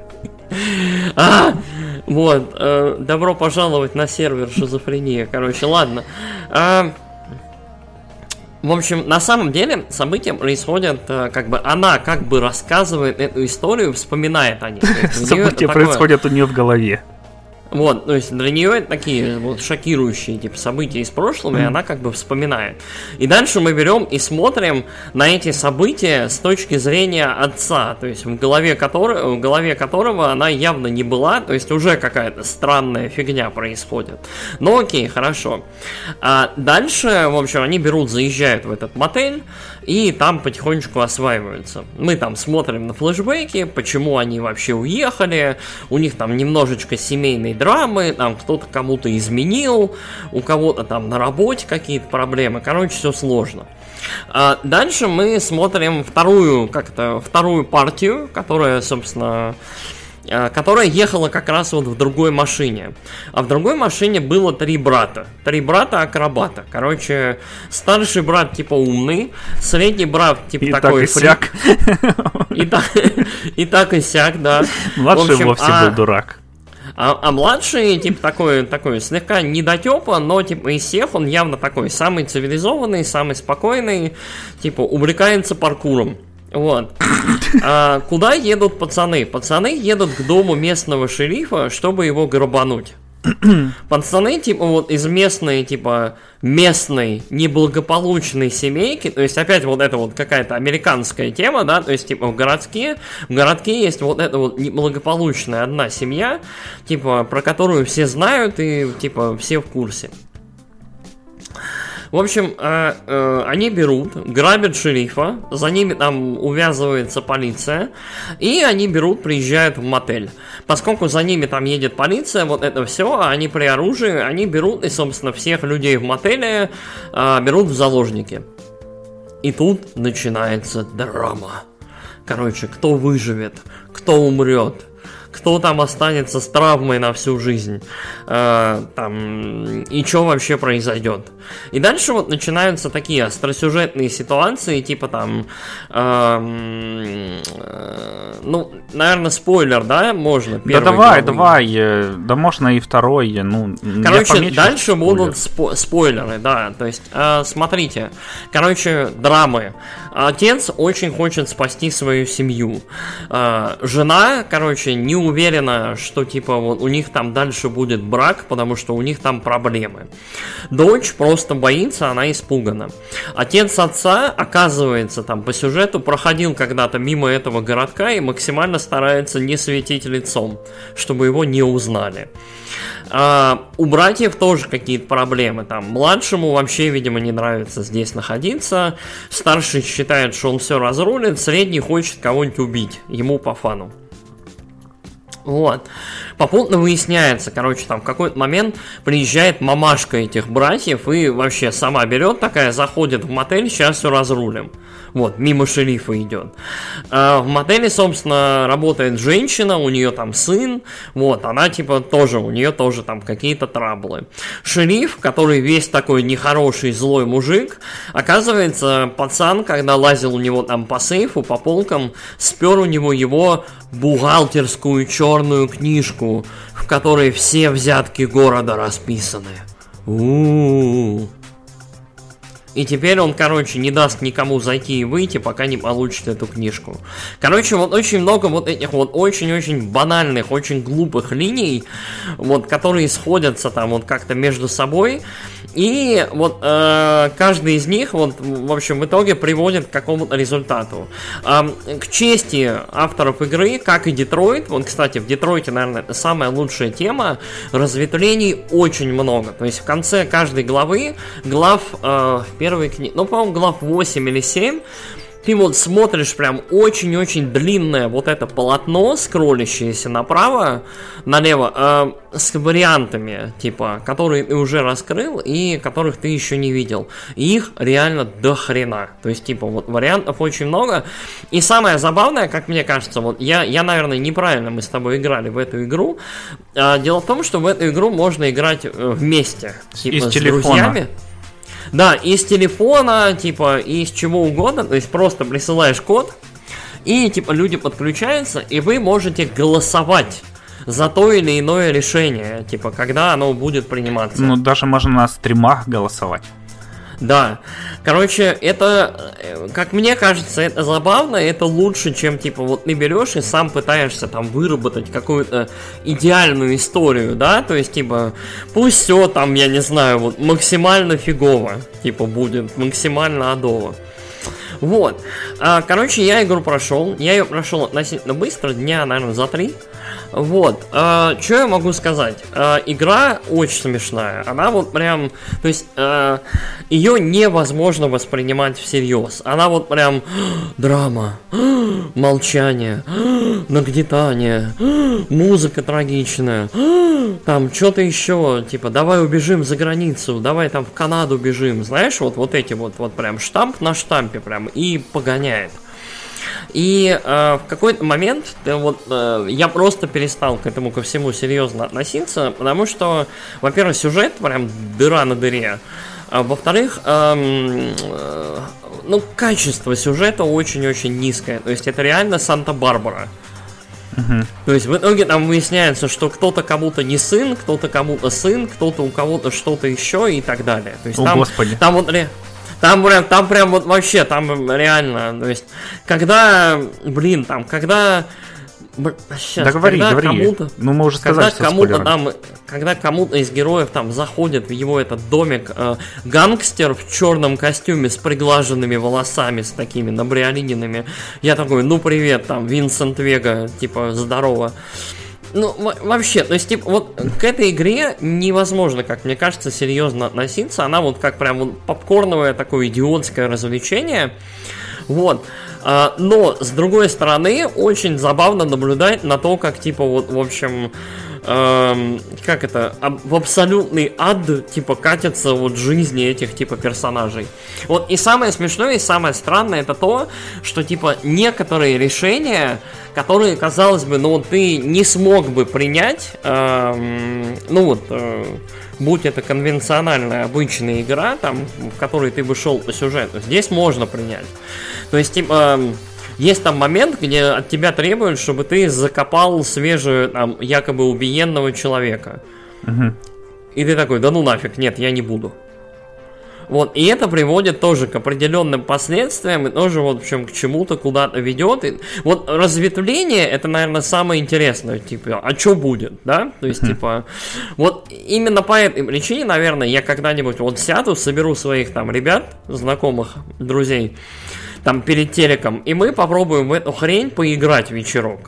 А, вот, э, добро пожаловать на сервер шизофрения. Короче, ладно. А, в общем, на самом деле события происходят, э, как бы она как бы рассказывает эту историю, вспоминает о ней. События происходят у нее в голове. Вот, то есть для нее это такие вот шокирующие типа события из прошлого, mm. и она как бы вспоминает. И дальше мы берем и смотрим на эти события с точки зрения отца, то есть в голове, который, в голове которого она явно не была, то есть уже какая-то странная фигня происходит. Ну окей, хорошо. А дальше, в общем, они берут, заезжают в этот мотель, и там потихонечку осваиваются. Мы там смотрим на флешбеки, почему они вообще уехали, у них там немножечко семейной драмы, там кто-то кому-то изменил, у кого-то там на работе какие-то проблемы, короче, все сложно. А дальше мы смотрим вторую, как-то, вторую партию, которая, собственно... которая ехала как раз вот в другой машине. А в другой машине было три брата. Три брата-акробата. Короче, старший брат типа умный, средний брат типа и такой так фрик. И так и так и сяк, да. Младший вовсе был дурак. А, а младший, типа, такой, такой слегка недотепа, но, типа, из всех он явно такой самый цивилизованный, самый спокойный, типа, увлекается паркуром. Вот. А куда едут пацаны? Пацаны едут к дому местного шерифа, чтобы его грабануть. Пацаны, типа, вот из местной, типа, местной неблагополучной семейки, то есть опять вот это вот какая-то американская тема, да, то есть, типа, в городке, в городке есть вот эта вот неблагополучная одна семья, типа, про которую все знают и, типа, все в курсе. В общем, э, э, они берут, грабят шерифа, за ними там увязывается полиция, и они берут, приезжают в мотель. Поскольку за ними там едет полиция, вот это все, а они при оружии, они берут и, собственно, всех людей в мотеле э, берут в заложники. И тут начинается драма. Короче, кто выживет, кто умрет, кто там останется с травмой на всю жизнь, э, там, и что вообще произойдет. И дальше вот начинаются такие остросюжетные ситуации, типа там, э, э, ну, наверное, спойлер, да, можно? Да давай, главы. давай, э, да можно и второй, ну, короче, дальше спойлер. будут спо- спойлеры, да, то есть, э, смотрите, короче, драмы. Отец очень хочет спасти свою семью. Э, жена, короче, не уверена, что типа вот у них там дальше будет брак, потому что у них там проблемы. Дочь просто боится, она испугана. Отец отца, оказывается, там по сюжету проходил когда-то мимо этого городка и максимально старается не светить лицом, чтобы его не узнали. А, у братьев тоже какие-то проблемы. Там младшему вообще, видимо, не нравится здесь находиться. Старший считает, что он все разрулит. Средний хочет кого-нибудь убить. Ему по фану. Вот. Попутно выясняется, короче, там в какой-то момент приезжает мамашка этих братьев и вообще сама берет такая, заходит в мотель, сейчас все разрулим. Вот, мимо шерифа идет. А в мотеле, собственно, работает женщина, у нее там сын, вот, она типа тоже, у нее тоже там какие-то траблы. Шериф, который весь такой нехороший, злой мужик, оказывается, пацан, когда лазил у него там по сейфу, по полкам, спер у него его бухгалтерскую черную книжку, в которой все взятки города расписаны. У-у-у. И теперь он, короче, не даст никому зайти и выйти, пока не получит эту книжку. Короче, вот очень много вот этих вот очень-очень банальных, очень глупых линий, вот, которые сходятся там вот как-то между собой. И вот э, каждый из них, вот, в общем, в итоге приводит к какому-то результату. Э, к чести авторов игры, как и Детройт, вот, кстати, в Детройте, наверное, это самая лучшая тема, разветвлений очень много. То есть в конце каждой главы, глав э, первой книги, ну, по-моему, глав восемь или семь, ты вот смотришь прям очень-очень длинное вот это полотно, скроллящееся направо, налево, э, с вариантами, типа, которые ты уже раскрыл и которых ты еще не видел. И их реально до хрена. То есть, типа, вот вариантов очень много. И самое забавное, как мне кажется, вот я, я наверное, неправильно мы с тобой играли в эту игру. Э, дело в том, что в эту игру можно играть вместе. Типа, из с телефона. Друзьями. Да, из телефона, типа, из чего угодно, то есть просто присылаешь код, и типа люди подключаются, и вы можете голосовать за то или иное решение, типа, когда оно будет приниматься. Ну, даже можно на стримах голосовать. Да, короче, это, как мне кажется, это забавно, это лучше, чем, типа, вот ты берешь и сам пытаешься там выработать какую-то идеальную историю, да, то есть, типа, пусть все там, я не знаю, вот максимально фигово, типа, будет, максимально адово. Вот, короче, я игру прошел, я ее прошел относительно быстро, дня, наверное, за три. Вот, э, что я могу сказать? Э, игра очень смешная. Она вот прям, то есть э, ее невозможно воспринимать всерьез. Она вот прям драма, молчание, нагнетание, музыка трагичная, там что-то еще, типа давай убежим за границу, давай там в Канаду бежим, знаешь, вот вот эти вот вот прям штамп на штампе прям и погоняет. И э, в какой-то момент э, вот, э, я просто перестал к этому ко всему серьезно относиться, потому что, во-первых, сюжет прям дыра на дыре, а во-вторых, э, э, ну, качество сюжета очень-очень низкое, то есть это реально Санта-Барбара. Uh-huh. То есть в итоге там выясняется, что кто-то кому-то не сын, кто-то кому-то сын, кто-то у кого-то что-то еще и так далее. То есть О, там, Господи. Там вот... Там прям, там прям вот вообще, там реально, то есть, когда, блин, там, когда... Сейчас, да говори, когда говори. Кому-то, ну, мы уже сказали, когда кому-то там, когда кому-то из героев там заходит в его этот домик э, гангстер в черном костюме с приглаженными волосами, с такими набриолиненными, я такой, ну привет, там, Винсент Вега, типа, здорово. Ну, вообще, то есть, типа, вот к этой игре невозможно, как мне кажется, серьезно относиться. Она вот как прям вот попкорновое такое идиотское развлечение. Вот. А, но, с другой стороны, очень забавно наблюдать на то, как, типа, вот, в общем... Эм, как это, в абсолютный ад, типа, катятся вот жизни этих, типа, персонажей. Вот, и самое смешное, и самое странное, это то, что, типа, некоторые решения, которые, казалось бы, ну, ты не смог бы принять, эм, ну, вот, э, будь это конвенциональная, обычная игра, там, в которой ты бы шел по сюжету, здесь можно принять. То есть, типа... Есть там момент, где от тебя требуют, чтобы ты закопал свежего, там, якобы убиенного человека. Угу. И ты такой, да ну нафиг, нет, я не буду. Вот, и это приводит тоже к определенным последствиям, и тоже, вот, в общем, к чему-то куда-то ведет. И вот разветвление, это, наверное, самое интересное, типа, а что будет, да? То есть, типа, вот именно по этой причине, наверное, я когда-нибудь вот сяду, соберу своих там ребят, знакомых, друзей, там перед телеком, и мы попробуем в эту хрень поиграть вечерок.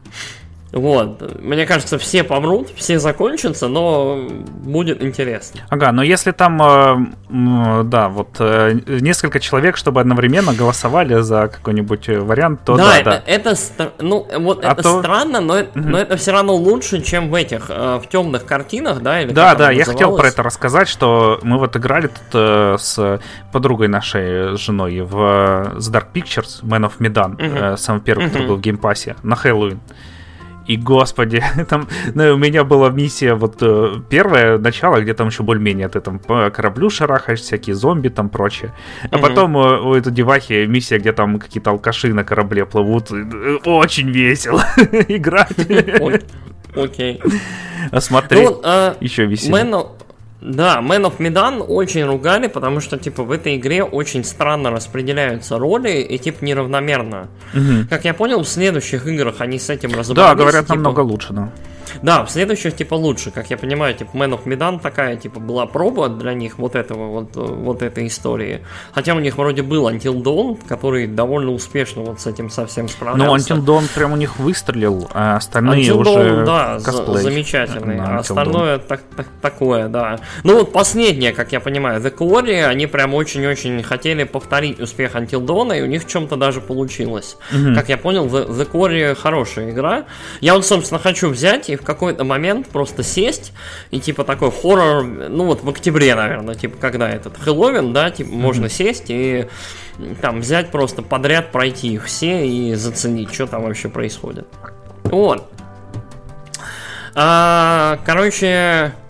Вот, мне кажется, все помрут, все закончатся, но будет интересно. Ага, но если там, э, да, вот э, несколько человек, чтобы одновременно голосовали за какой-нибудь вариант, то да, да. да. Это, это, ну, вот а это то... странно, но, угу. но это все равно лучше, чем в этих, э, в темных картинах, да? Или да, да, я хотел про это рассказать, что мы вот играли тут э, с подругой нашей, с женой, в The Dark Pictures, Man of Medan, угу. э, самый первый, угу. который был в геймпассе, на Хэллоуин. И, господи, там, ну, у меня была миссия, вот, первое начало, где там еще более-менее ты там по кораблю шарахаешь, всякие зомби там прочее. А mm-hmm. потом у этой девахи миссия, где там какие-то алкаши на корабле плывут. Очень весело играть. Окей. А смотреть еще веселее. Да, Man of Medan очень ругали, потому что, типа, в этой игре очень странно распределяются роли и, типа, неравномерно. Угу. Как я понял, в следующих играх они с этим разобрались. Да, говорят, типа... намного лучше, да. Да, в следующих, типа, лучше. Как я понимаю, типа, Man of Medan такая, типа, была проба для них вот этого, вот, вот этой истории. Хотя у них вроде был Until Dawn, который довольно успешно вот с этим совсем справлялся. Ну, Until Dawn прям у них выстрелил, а остальные Until уже Dawn, да, косплей. Замечательный. А остальное так, так, такое, да. Ну, вот последнее, как я понимаю, The Quarry, они прям очень-очень хотели повторить успех Until Dawn, и у них в чем-то даже получилось. Mm-hmm. Как я понял, The, The Quarry хорошая игра. Я вот, собственно, хочу взять и в какой-то момент просто сесть и типа такой хоррор, ну вот в октябре, наверное, типа когда этот Хэллоуин, да, типа mm-hmm. можно сесть и там взять просто подряд, пройти их все и заценить, что там вообще происходит. Вот. А, короче,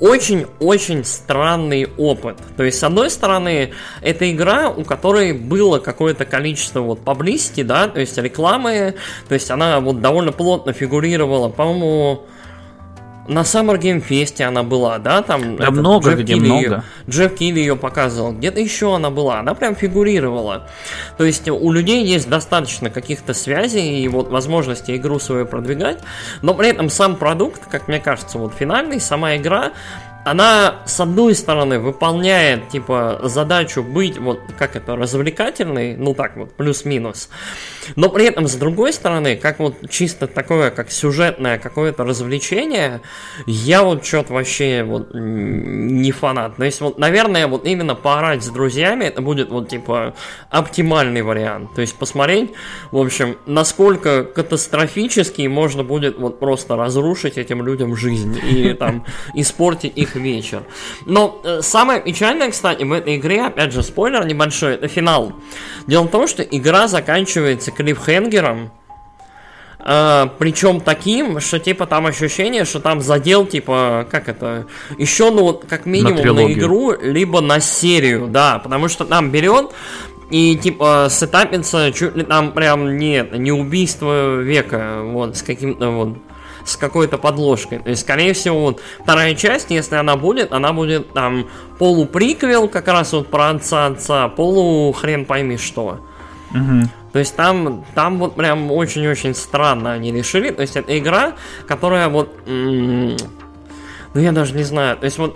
очень-очень странный опыт. То есть, с одной стороны, это игра, у которой было какое-то количество вот publicity, да, то есть рекламы, то есть она вот довольно плотно фигурировала, по-моему, на Summer Game Fest она была, да, там да много Джефф где Килли много. Ее, Джефф Килли ее показывал, где-то еще она была, она прям фигурировала. То есть у людей есть достаточно каких-то связей и вот возможности игру свою продвигать, но при этом сам продукт, как мне кажется, вот финальный, сама игра, она, с одной стороны, выполняет, типа, задачу быть, вот, как это, развлекательной, ну так вот, плюс-минус, но при этом, с другой стороны, как вот чисто такое, как сюжетное какое-то развлечение, я вот что-то вообще вот не фанат. То есть, вот, наверное, вот именно поорать с друзьями, это будет, вот, типа, оптимальный вариант. То есть, посмотреть, в общем, насколько катастрофически можно будет вот просто разрушить этим людям жизнь и, там, испортить их вечер. Но э, самое печальное, кстати, в этой игре, опять же, спойлер небольшой, это финал. Дело в том, что игра заканчивается клиффхенгером, э, причем таким, что типа там ощущение, что там задел, типа, как это, еще, ну, вот, как минимум на, на игру, либо на серию, да, потому что там берет и типа сетапится чуть ли там прям нет, не убийство века, вот, с каким-то вот с какой-то подложкой. То есть, скорее всего, вот вторая часть, если она будет, она будет там полуприквел, как раз вот про отца-отца, полу хрен пойми что. Угу. То есть там, там вот прям очень-очень странно они решили. То есть это игра, которая вот... М- ну я даже не знаю. То есть вот...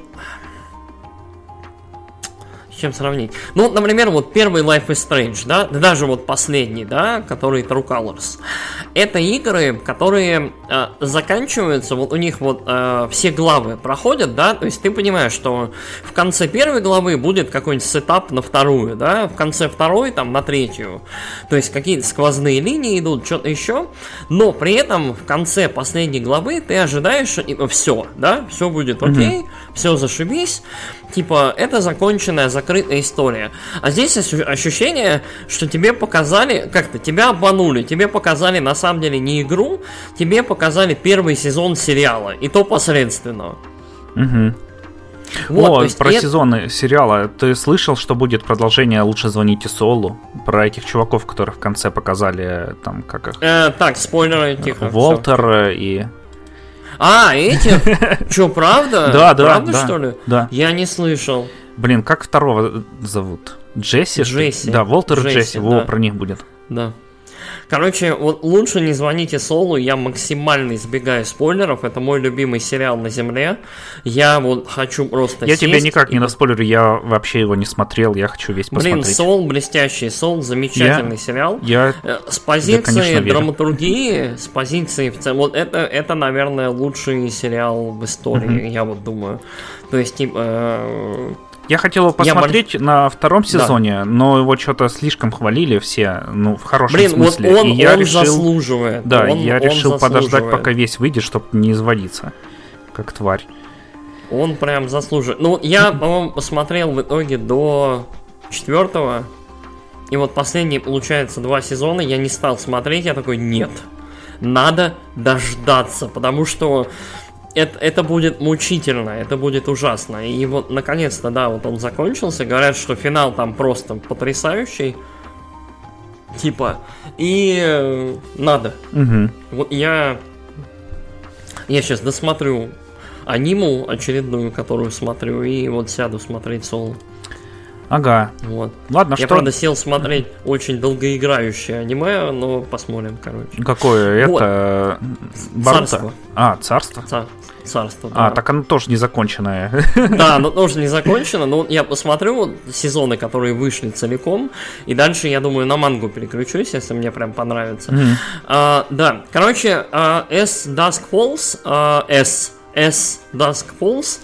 С чем сравнить? Ну, например, вот первый Life is Strange, да, даже вот последний, да, который True Colors. Это игры, которые э, заканчиваются, вот у них вот э, все главы проходят, да, то есть ты понимаешь, что в конце первой главы будет какой-нибудь сетап на вторую, да, в конце второй там на третью. То есть какие-то сквозные линии идут, что-то еще, но при этом в конце последней главы ты ожидаешь, что типа все, да, все будет окей, mm-hmm. все зашибись, типа это законченная, закрытая история. А здесь ощущение, что тебе показали, как-то тебя обманули, тебе показали на самом деле не игру, тебе показали первый сезон сериала, и то посредственно. Угу. Вот, О, про это... сезоны сериала. Ты слышал, что будет продолжение «Лучше звоните Солу»? Про этих чуваков, которых в конце показали, там, как их... Э, так, спойлеры, тихо. Волтер все. И... А, эти? Че, правда? Да, да, правда, да, что ли? Да. Я не слышал. Блин, как второго зовут? Джесси? Джесси. Да, Волтер Джесси, Джесси, да. Во, про них будет. Да. Короче, вот лучше не звоните Солу, я максимально избегаю спойлеров, это мой любимый сериал на земле, я вот хочу просто Я сесть тебе никак и... не наспойлерю, я вообще его не смотрел, я хочу весь посмотреть. Блин, Сол блестящий, Сол замечательный я... сериал, я... с позиции я, драматургии, с позиции, вот это, это, наверное, лучший сериал в истории, mm-hmm. я вот думаю, то есть, типа... Я хотел его посмотреть Я... на втором сезоне, да. но его что-то слишком хвалили все, ну, в хорошем Блин, смысле. Вот он, и я он решил, заслуживает. Да, он, я он решил подождать, заслуживает. пока весь выйдет, чтобы не изводиться, как тварь. Он прям заслуживает. Ну, я, по-моему, посмотрел в итоге до четвертого, и вот последние, получается, два сезона я не стал смотреть, я такой, нет, надо дождаться, потому что Это, это будет мучительно, это будет ужасно. И вот, наконец-то, да, вот он закончился. Говорят, что финал там просто потрясающий. Типа, и э, надо. Угу. Вот я... Я сейчас досмотрю аниму очередную, которую смотрю, и вот сяду смотреть Соло. Ага. Вот. Ладно, я, что... правда, сел смотреть очень долгоиграющее аниме, но посмотрим, короче. Какое вот. Это? Боруто? Царство. А, царство? Ца- царство, А, да. так оно тоже не законченное. Да, оно тоже не закончено, но я посмотрю сезоны, которые вышли целиком, и дальше, я думаю, на мангу переключусь, если мне прям понравится. Mm-hmm. А, да, короче, uh, As Dusk Falls, uh, S, S Dusk Falls,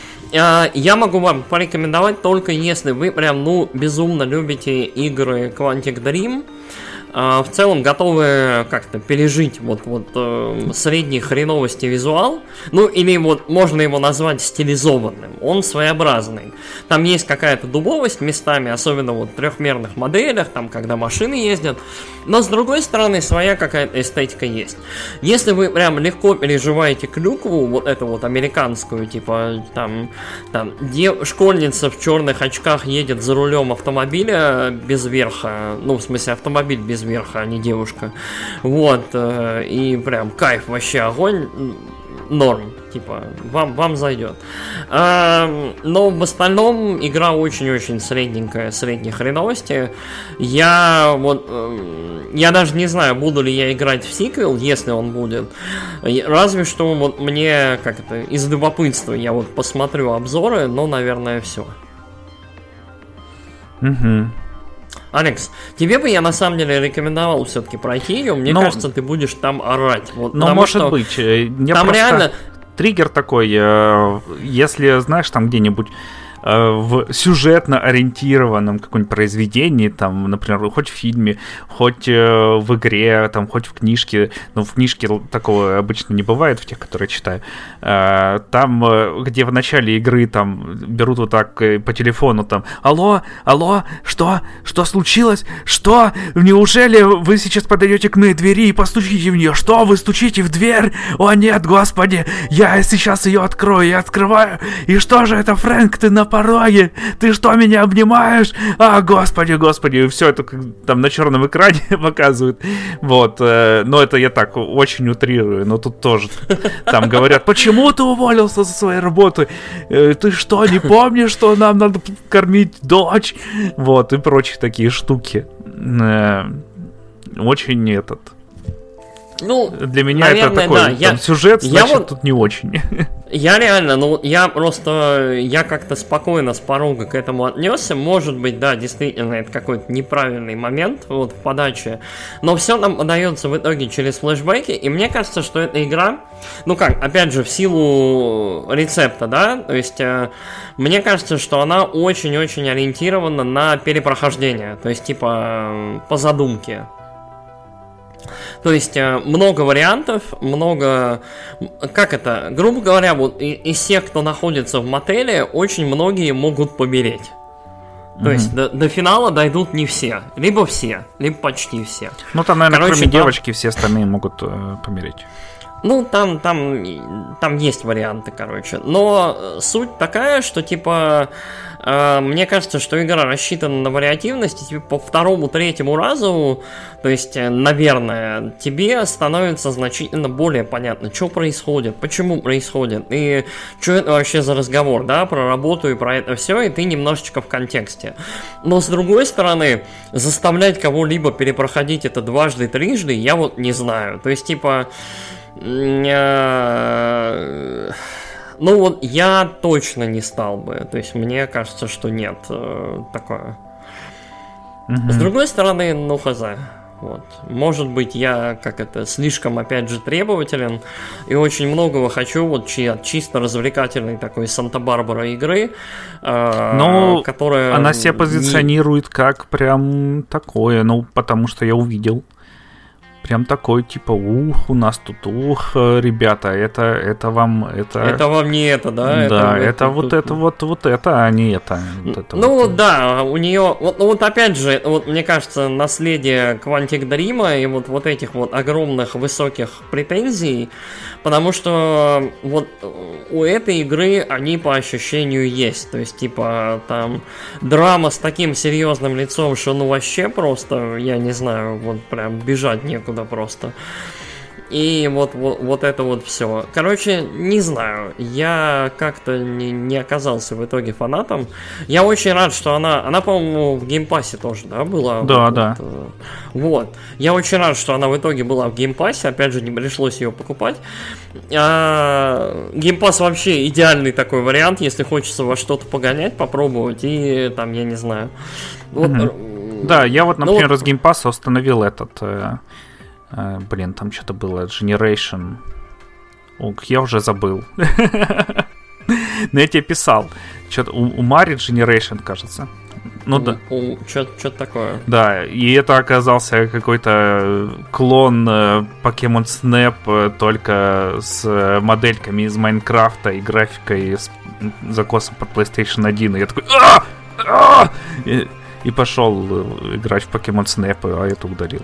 я могу вам порекомендовать только если вы прям, ну, безумно любите игры Quantic Dream. в целом готовы как-то пережить вот, вот средней хреновости визуал, ну или вот можно его назвать стилизованным, он своеобразный. Там есть какая-то дубовость местами, особенно вот в трехмерных моделях, там когда машины ездят, но с другой стороны своя какая-то эстетика есть. Если вы прям легко переживаете клюкву, вот эту вот американскую, типа там, там дев- школьница в черных очках едет за рулем автомобиля без верха, ну в смысле автомобиль без верха, а не девушка, вот, э, и прям кайф, вообще огонь, норм, типа, вам, вам зайдет. А, но в остальном игра очень-очень средненькая, средней хреновости. Я вот, э, я даже не знаю, буду ли я играть в сиквел, если он будет. Разве что вот мне, как это, из любопытства я вот посмотрю обзоры, но, наверное, все. Угу. Алекс, тебе бы я на самом деле рекомендовал все-таки пройти ее. Мне но, кажется, ты будешь там орать. Вот, ну, может быть. Мне там реально триггер такой, если, знаешь, там где-нибудь в сюжетно ориентированном каком-нибудь произведении, там, например, хоть в фильме, хоть в игре, там, хоть в книжке, ну, в книжке такого обычно не бывает, в тех, которые читаю, там, где в начале игры, там, берут вот так по телефону, там, алло, алло, что, что случилось, что, неужели вы сейчас подойдете к моей двери и постучите в нее, что, вы стучите в дверь, о нет, господи, я сейчас ее открою, я открываю, и что же это, Фрэнк, ты на пороге, ты что, меня обнимаешь? А, господи, господи, все это там на черном экране показывают. Вот, э, но это я так очень утрирую, но тут тоже там говорят, почему ты уволился со своей работы? Э, ты что, не помнишь, что нам надо кормить дочь? Вот, и прочие такие штуки. Э, очень этот... Ну, для меня наверное, это такой да. там, я, сюжет, значит, я вот, тут не очень. Я реально, ну, я просто, я как-то спокойно с порога к этому отнесся. Может быть, да, действительно, это какой-то неправильный момент вот в подаче, но все нам подается в итоге через флешбеки, и мне кажется, что эта игра, ну как, опять же, в силу рецепта, да, то есть, э, мне кажется, что она очень-очень ориентирована на перепрохождение, то есть, типа, по задумке. То есть много вариантов, много... Как это? Грубо говоря, вот из всех, кто находится в мотеле, очень многие могут помереть. То mm-hmm. есть до, до финала дойдут не все. Либо все, либо почти все. Ну там, наверное, Короче, кроме там... девочки, все остальные могут э, помереть. Ну, там, там, там есть варианты, короче. Но суть такая, что, типа, э, мне кажется, что игра рассчитана на вариативность, и типа, по второму, третьему разу, то есть, наверное, тебе становится значительно более понятно, что происходит, почему происходит, и что это вообще за разговор, да, про работу и про это все, и ты немножечко в контексте. Но, с другой стороны, заставлять кого-либо перепроходить это дважды, трижды, я вот не знаю. То есть, типа... Ну вот я точно не стал бы. То есть мне кажется, что нет э, такое. Mm-hmm. С другой стороны, ну хз. Вот. Может быть, я как это слишком, опять же, требователен и очень многого хочу вот чи- чисто развлекательной такой Санта-Барбара игры, э, ну, которая... она себя позиционирует не... как прям такое, ну, потому что я увидел. Прям такой, типа, ух, у нас тут, ух, ребята, это, это вам, это... Это вам не это, да? Да, это, это, это вот это, вот, вот это, а не это. Вот это ну, вот. Да, у нее, вот, ну, вот опять же, вот, мне кажется, наследие Quantic Dream и вот, вот этих вот огромных высоких претензий, потому что вот у этой игры они по ощущению есть, то есть, типа, там, драма с таким серьезным лицом, что, ну, вообще просто, я не знаю, вот прям бежать некуда просто. И вот, вот, вот это вот все. Короче, не знаю. Я как-то не, не оказался в итоге фанатом. Я очень рад, что она... Она, по-моему, в геймпассе тоже, да, была? Да, вот, да. Вот. вот. Я очень рад, что она в итоге была в геймпассе. Опять же, не пришлось ее покупать. А, геймпасс вообще идеальный такой вариант, если хочется во что-то погонять, попробовать. И там, я не знаю. Вот, угу. Да, я вот, например, ну, из геймпасса установил этот... Э... Блин, там что-то было, Generation. Ок, я уже забыл. Но я тебе писал. Что-то у, у Мари Generation, кажется. Ну да. Что-то такое. Да, и это оказался какой-то клон Pokemon Snap, только с модельками из Майнкрафта и графикой с закосом под PlayStation один. И я такой... И, и пошел играть в Pokemon Snap, а это удалил.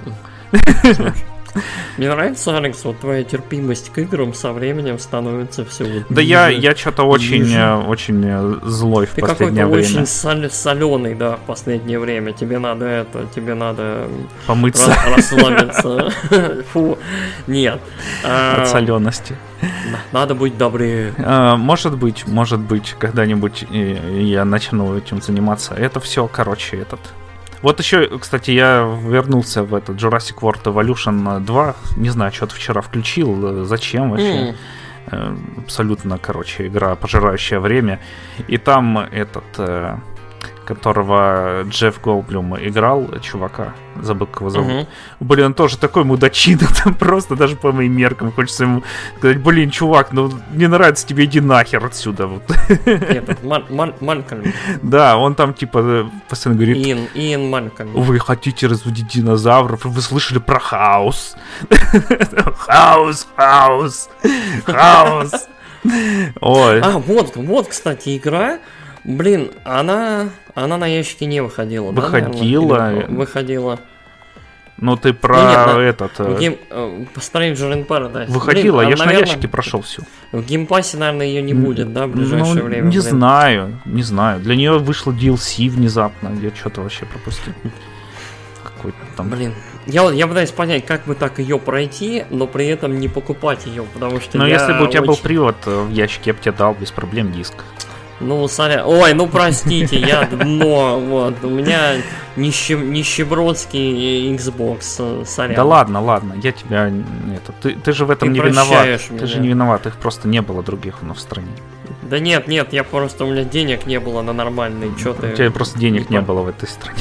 Мне нравится, Алекс, вот твоя терпимость к играм со временем становится все вот Да ниже, я, я что-то очень, очень злой в Ты последнее время. Ты какой-то очень соль, соленый, да, в последнее время. Тебе надо это, тебе надо... Помыться. Рас, расслабиться. Фу, нет. От солености. Надо быть добрее. А, может быть, может быть, когда-нибудь я начну этим заниматься. Это все, короче, этот... Вот еще, кстати, я вернулся в этот Jurassic World Evolution два. Не знаю, что-то вчера включил. Зачем вообще? Mm. Абсолютно, короче, игра, пожирающая время. И там этот, которого Джефф Голблюм играл, чувака, забыл, как его зовут. Mm-hmm. Блин, он тоже такой мудачина, там просто даже по моим меркам хочется ему сказать: блин, чувак, ну не нравится тебе, иди нахер отсюда. Вот. Этот, Малькольм. Да, он там типа постоянно говорит: Иэн, Иэн Малькольм. Вы хотите разводить динозавров, вы слышали про хаос? Хаос, хаос, хаос. Ой. А, вот, вот, кстати, игра. Блин, она, она на ящике не выходила, выходила. Да, наверное? Выходила. Ну ты про ну, нет, на, этот... В гейм, uh, Stranger in Paradise. Выходила, блин, я а, же наверное, на ящике прошел всю. В геймпассе, наверное, ее не будет, да, в ближайшее ну, время? Не блин. знаю, не знаю. Для нее вышло ди эл си внезапно, я что-то вообще пропустил. Какой-то там... Блин, я, я пытаюсь понять, как бы так ее пройти, но при этом не покупать ее, потому что Но я если бы у тебя очень... был привод в ящике, я бы тебе дал без проблем диск. Ну, соря... Ой, ну простите, я дно, вот, у меня нищеб... нищебродский Xbox, сорян. Да ладно, ладно, я тебя, это, ты, ты же в этом ты не виноват, меня. Ты же не виноват, их просто не было других у нас в стране. Да нет, нет, я просто, у меня денег не было на нормальный, что ты... У тебя просто денег не было в этой стране.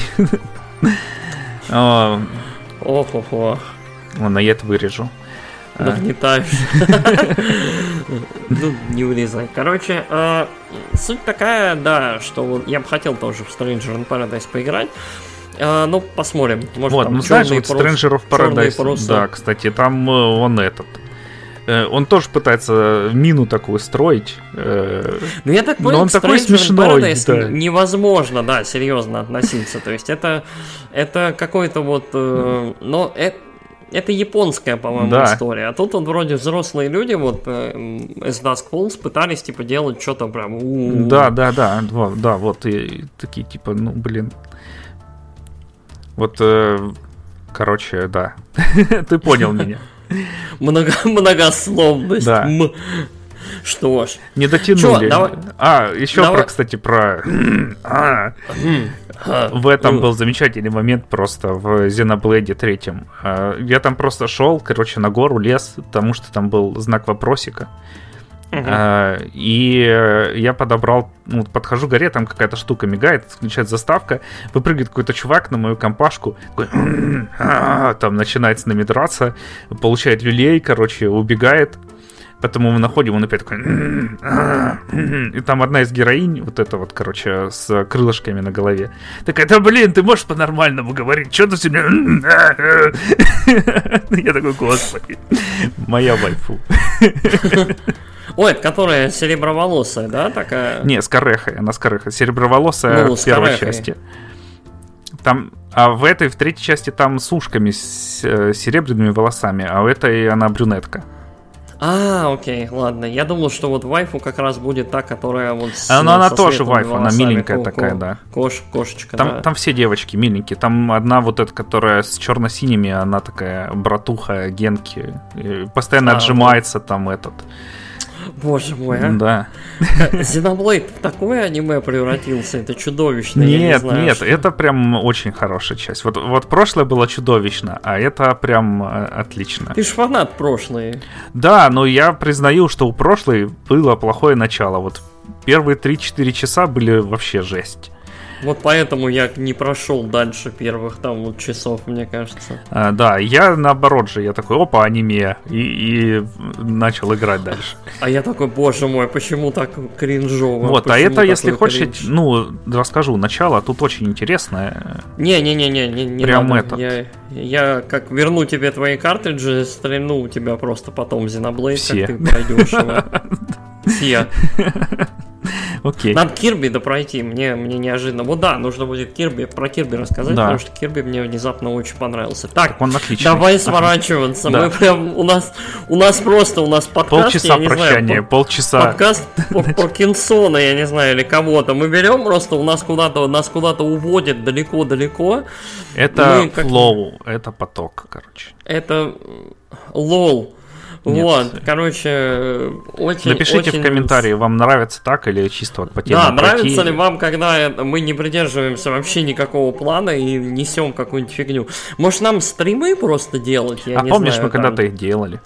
Ох-ох-ох. Ладно, я это вырежу. Нагнетаешь. Ну, не вырезай. Короче, э, суть такая, да, что вот я бы хотел тоже в Stranger in Paradise поиграть. Э, ну, посмотрим. Может, вот, там ну знаешь, вот Stranger of Paradise, да, кстати, там он этот... Он тоже пытается мину такую строить. Ну, я так понял, но он такой смешной. Да. Невозможно, да, серьезно относиться. То есть это, это какой-то вот... Э, но это... Это японская, по-моему, да. история. А тут вот вроде взрослые люди, вот э, As Dusk Falls, пытались, типа, делать что-то прям... У-у-у. Да, да, да, да, да, вот и такие, типа, ну, блин. Вот, э, короче, да. Ты понял меня. Много, многословность. Да. М- Что ж. Не дотянули. Чё, давай... А, еще давай... про, кстати, про... а, в этом был замечательный момент просто в Xenoblade третьем. Я там просто шел, короче, на гору, лез, потому что там был знак вопросика. Uh-huh. И я подобрал, ну, подхожу к горе, там какая-то штука мигает, включается заставка, выпрыгивает какой-то чувак на мою компашку, такой, там начинает с нами драться, получает люлей, короче, убегает. Потом мы находим, он опять такой... И там одна из героинь, вот эта вот, короче, с крылышками на голове, такая: да блин, ты можешь по-нормальному говорить, что ты себе... Я такой: господи, моя вайфу. Ой, это которая сереброволосая, да, такая? Не, с корехой, она с корехой. Сереброволосая ну, в первой корехой. части. Там, а в этой, в третьей части там с ушками, с э, серебряными волосами, а в этой она брюнетка. А, окей, ладно. Я думал, что вот вайфу как раз будет та, которая вот с, а, ну, она тоже вайфу, волосами, она миленькая ко- такая, ко- да. Кош, кошечка, там, да. Там все девочки миленькие. Там одна вот эта, которая с черно-синими, она такая братуха Генки. Постоянно а, отжимается да. там этот... Боже мой, а? Да. Xenoblade в такое аниме превратился, это чудовищно. Нет, я не знаю, нет, что... это прям очень хорошая часть. Вот, вот прошлое было чудовищно, а это прям э, отлично. Ты ж фанат прошлой. Да, но я признаю, что у прошлой было плохое начало. Вот первые три-четыре часа были вообще жесть. Вот поэтому я не прошел дальше первых там вот часов, мне кажется. А, да, я наоборот же, я такой, опа, аниме, и, и начал играть дальше. А я такой, боже мой, почему так кринжово? Вот, почему а это, если хочешь, кринж? ну, расскажу, начало тут очень интересное. Не-не-не-не, не, не Прям надо. этот. Я, я как верну тебе твои картриджи, стрельну у тебя просто потом Xenoblade, Все. как ты пройдешь его. Все. Окей. Надо Кирби допройти, мне, мне неожиданно. Вот да, нужно будет Кирби, про Кирби рассказать, Да. потому что Кирби мне внезапно очень понравился. Так, Так он отличный. давай сворачиваться. Да. Мы прям, у нас, у нас просто, у нас подкаст, Полчаса я не прощания, знаю, полчаса. подкаст Паркинсона, я не знаю, или кого-то. Мы берем просто, у нас куда-то, нас куда-то уводит далеко-далеко. Это Мы как- флоу, это поток, короче. Это лол. Нет. Вот, короче, очень... Напишите очень... в комментарии, вам нравится так или чисто вот по теме Да, пройти. нравится ли вам, когда это- мы не придерживаемся вообще никакого плана и несем какую-нибудь фигню? Может, нам стримы просто делать? Я А не помнишь, знаю, мы там- когда-то их делали?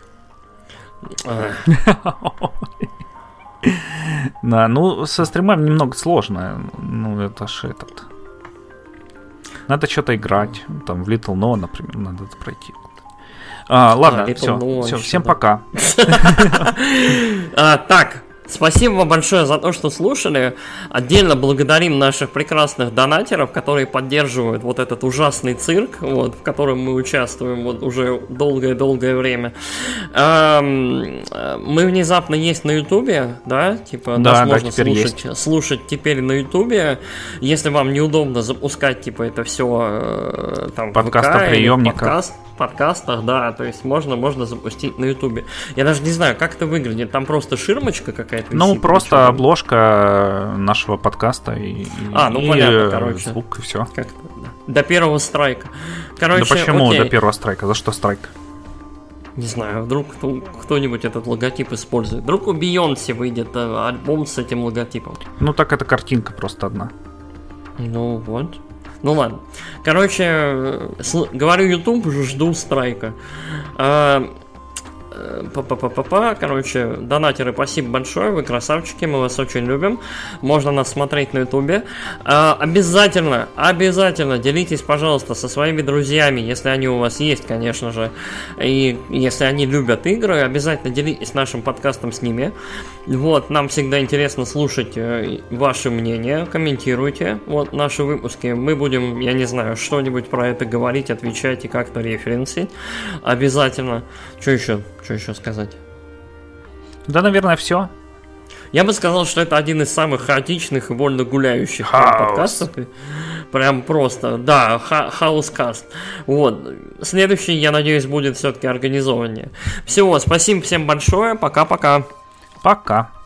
А, Да, ну, со стримами немного сложно. Ну, это ж этот... Надо что-то играть. Там в Little No, например, надо это пройти. А, ладно, Little все, No все, еще, всем да. пока. А, так, спасибо вам большое за то, что слушали. Отдельно благодарим наших прекрасных донатеров, которые поддерживают вот этот ужасный цирк, вот, в котором мы участвуем вот уже долгое-долгое время. Ам, Мы внезапно есть на Ютубе, да, типа Да, нас да, можно теперь слушать, слушать теперь на Ютубе. Если вам неудобно запускать типа это все там в ВК или в Подкастоприемниках. подкаст, подкастах, да, то есть можно, можно запустить на Ютубе. Я даже не знаю, как это выглядит. Там просто ширмочка какая-то Ну, висит, просто или что? обложка нашего подкаста и, А, ну, и, понятно, э, короче. звук, и все. Как-то, да. До первого страйка. Короче, Да почему окей. до первого страйка? За что страйк? Не знаю, вдруг кто- кто-нибудь этот логотип использует. Вдруг у Бейонсе выйдет э, альбом с этим логотипом. Ну, так это картинка просто одна. Ну вот. Ну ладно. Короче, э, сл- говорю YouTube, жду страйка. А, э, Па-па-па-па-па. Короче, донатеры, спасибо большое, вы красавчики, мы вас очень любим. Можно нас смотреть на ютубе. А, Обязательно, обязательно делитесь, пожалуйста, со своими друзьями, если они у вас есть, конечно же. И если они любят игры, обязательно делитесь нашим подкастом с ними. Вот, нам всегда интересно слушать э, ваши мнения, комментируйте вот наши выпуски. Мы будем, я не знаю, что-нибудь про это говорить, отвечать и как-то референсить. Обязательно. Что еще? Что еще сказать? Да, наверное, все. Я бы сказал, что это один из самых хаотичных и вольно гуляющих Хаос. прям подкастов. И Прям просто, да, ха- хаоскаст. Вот. Следующий, я надеюсь, будет все-таки организованнее. Всего, спасибо всем большое. Пока-пока. Пока.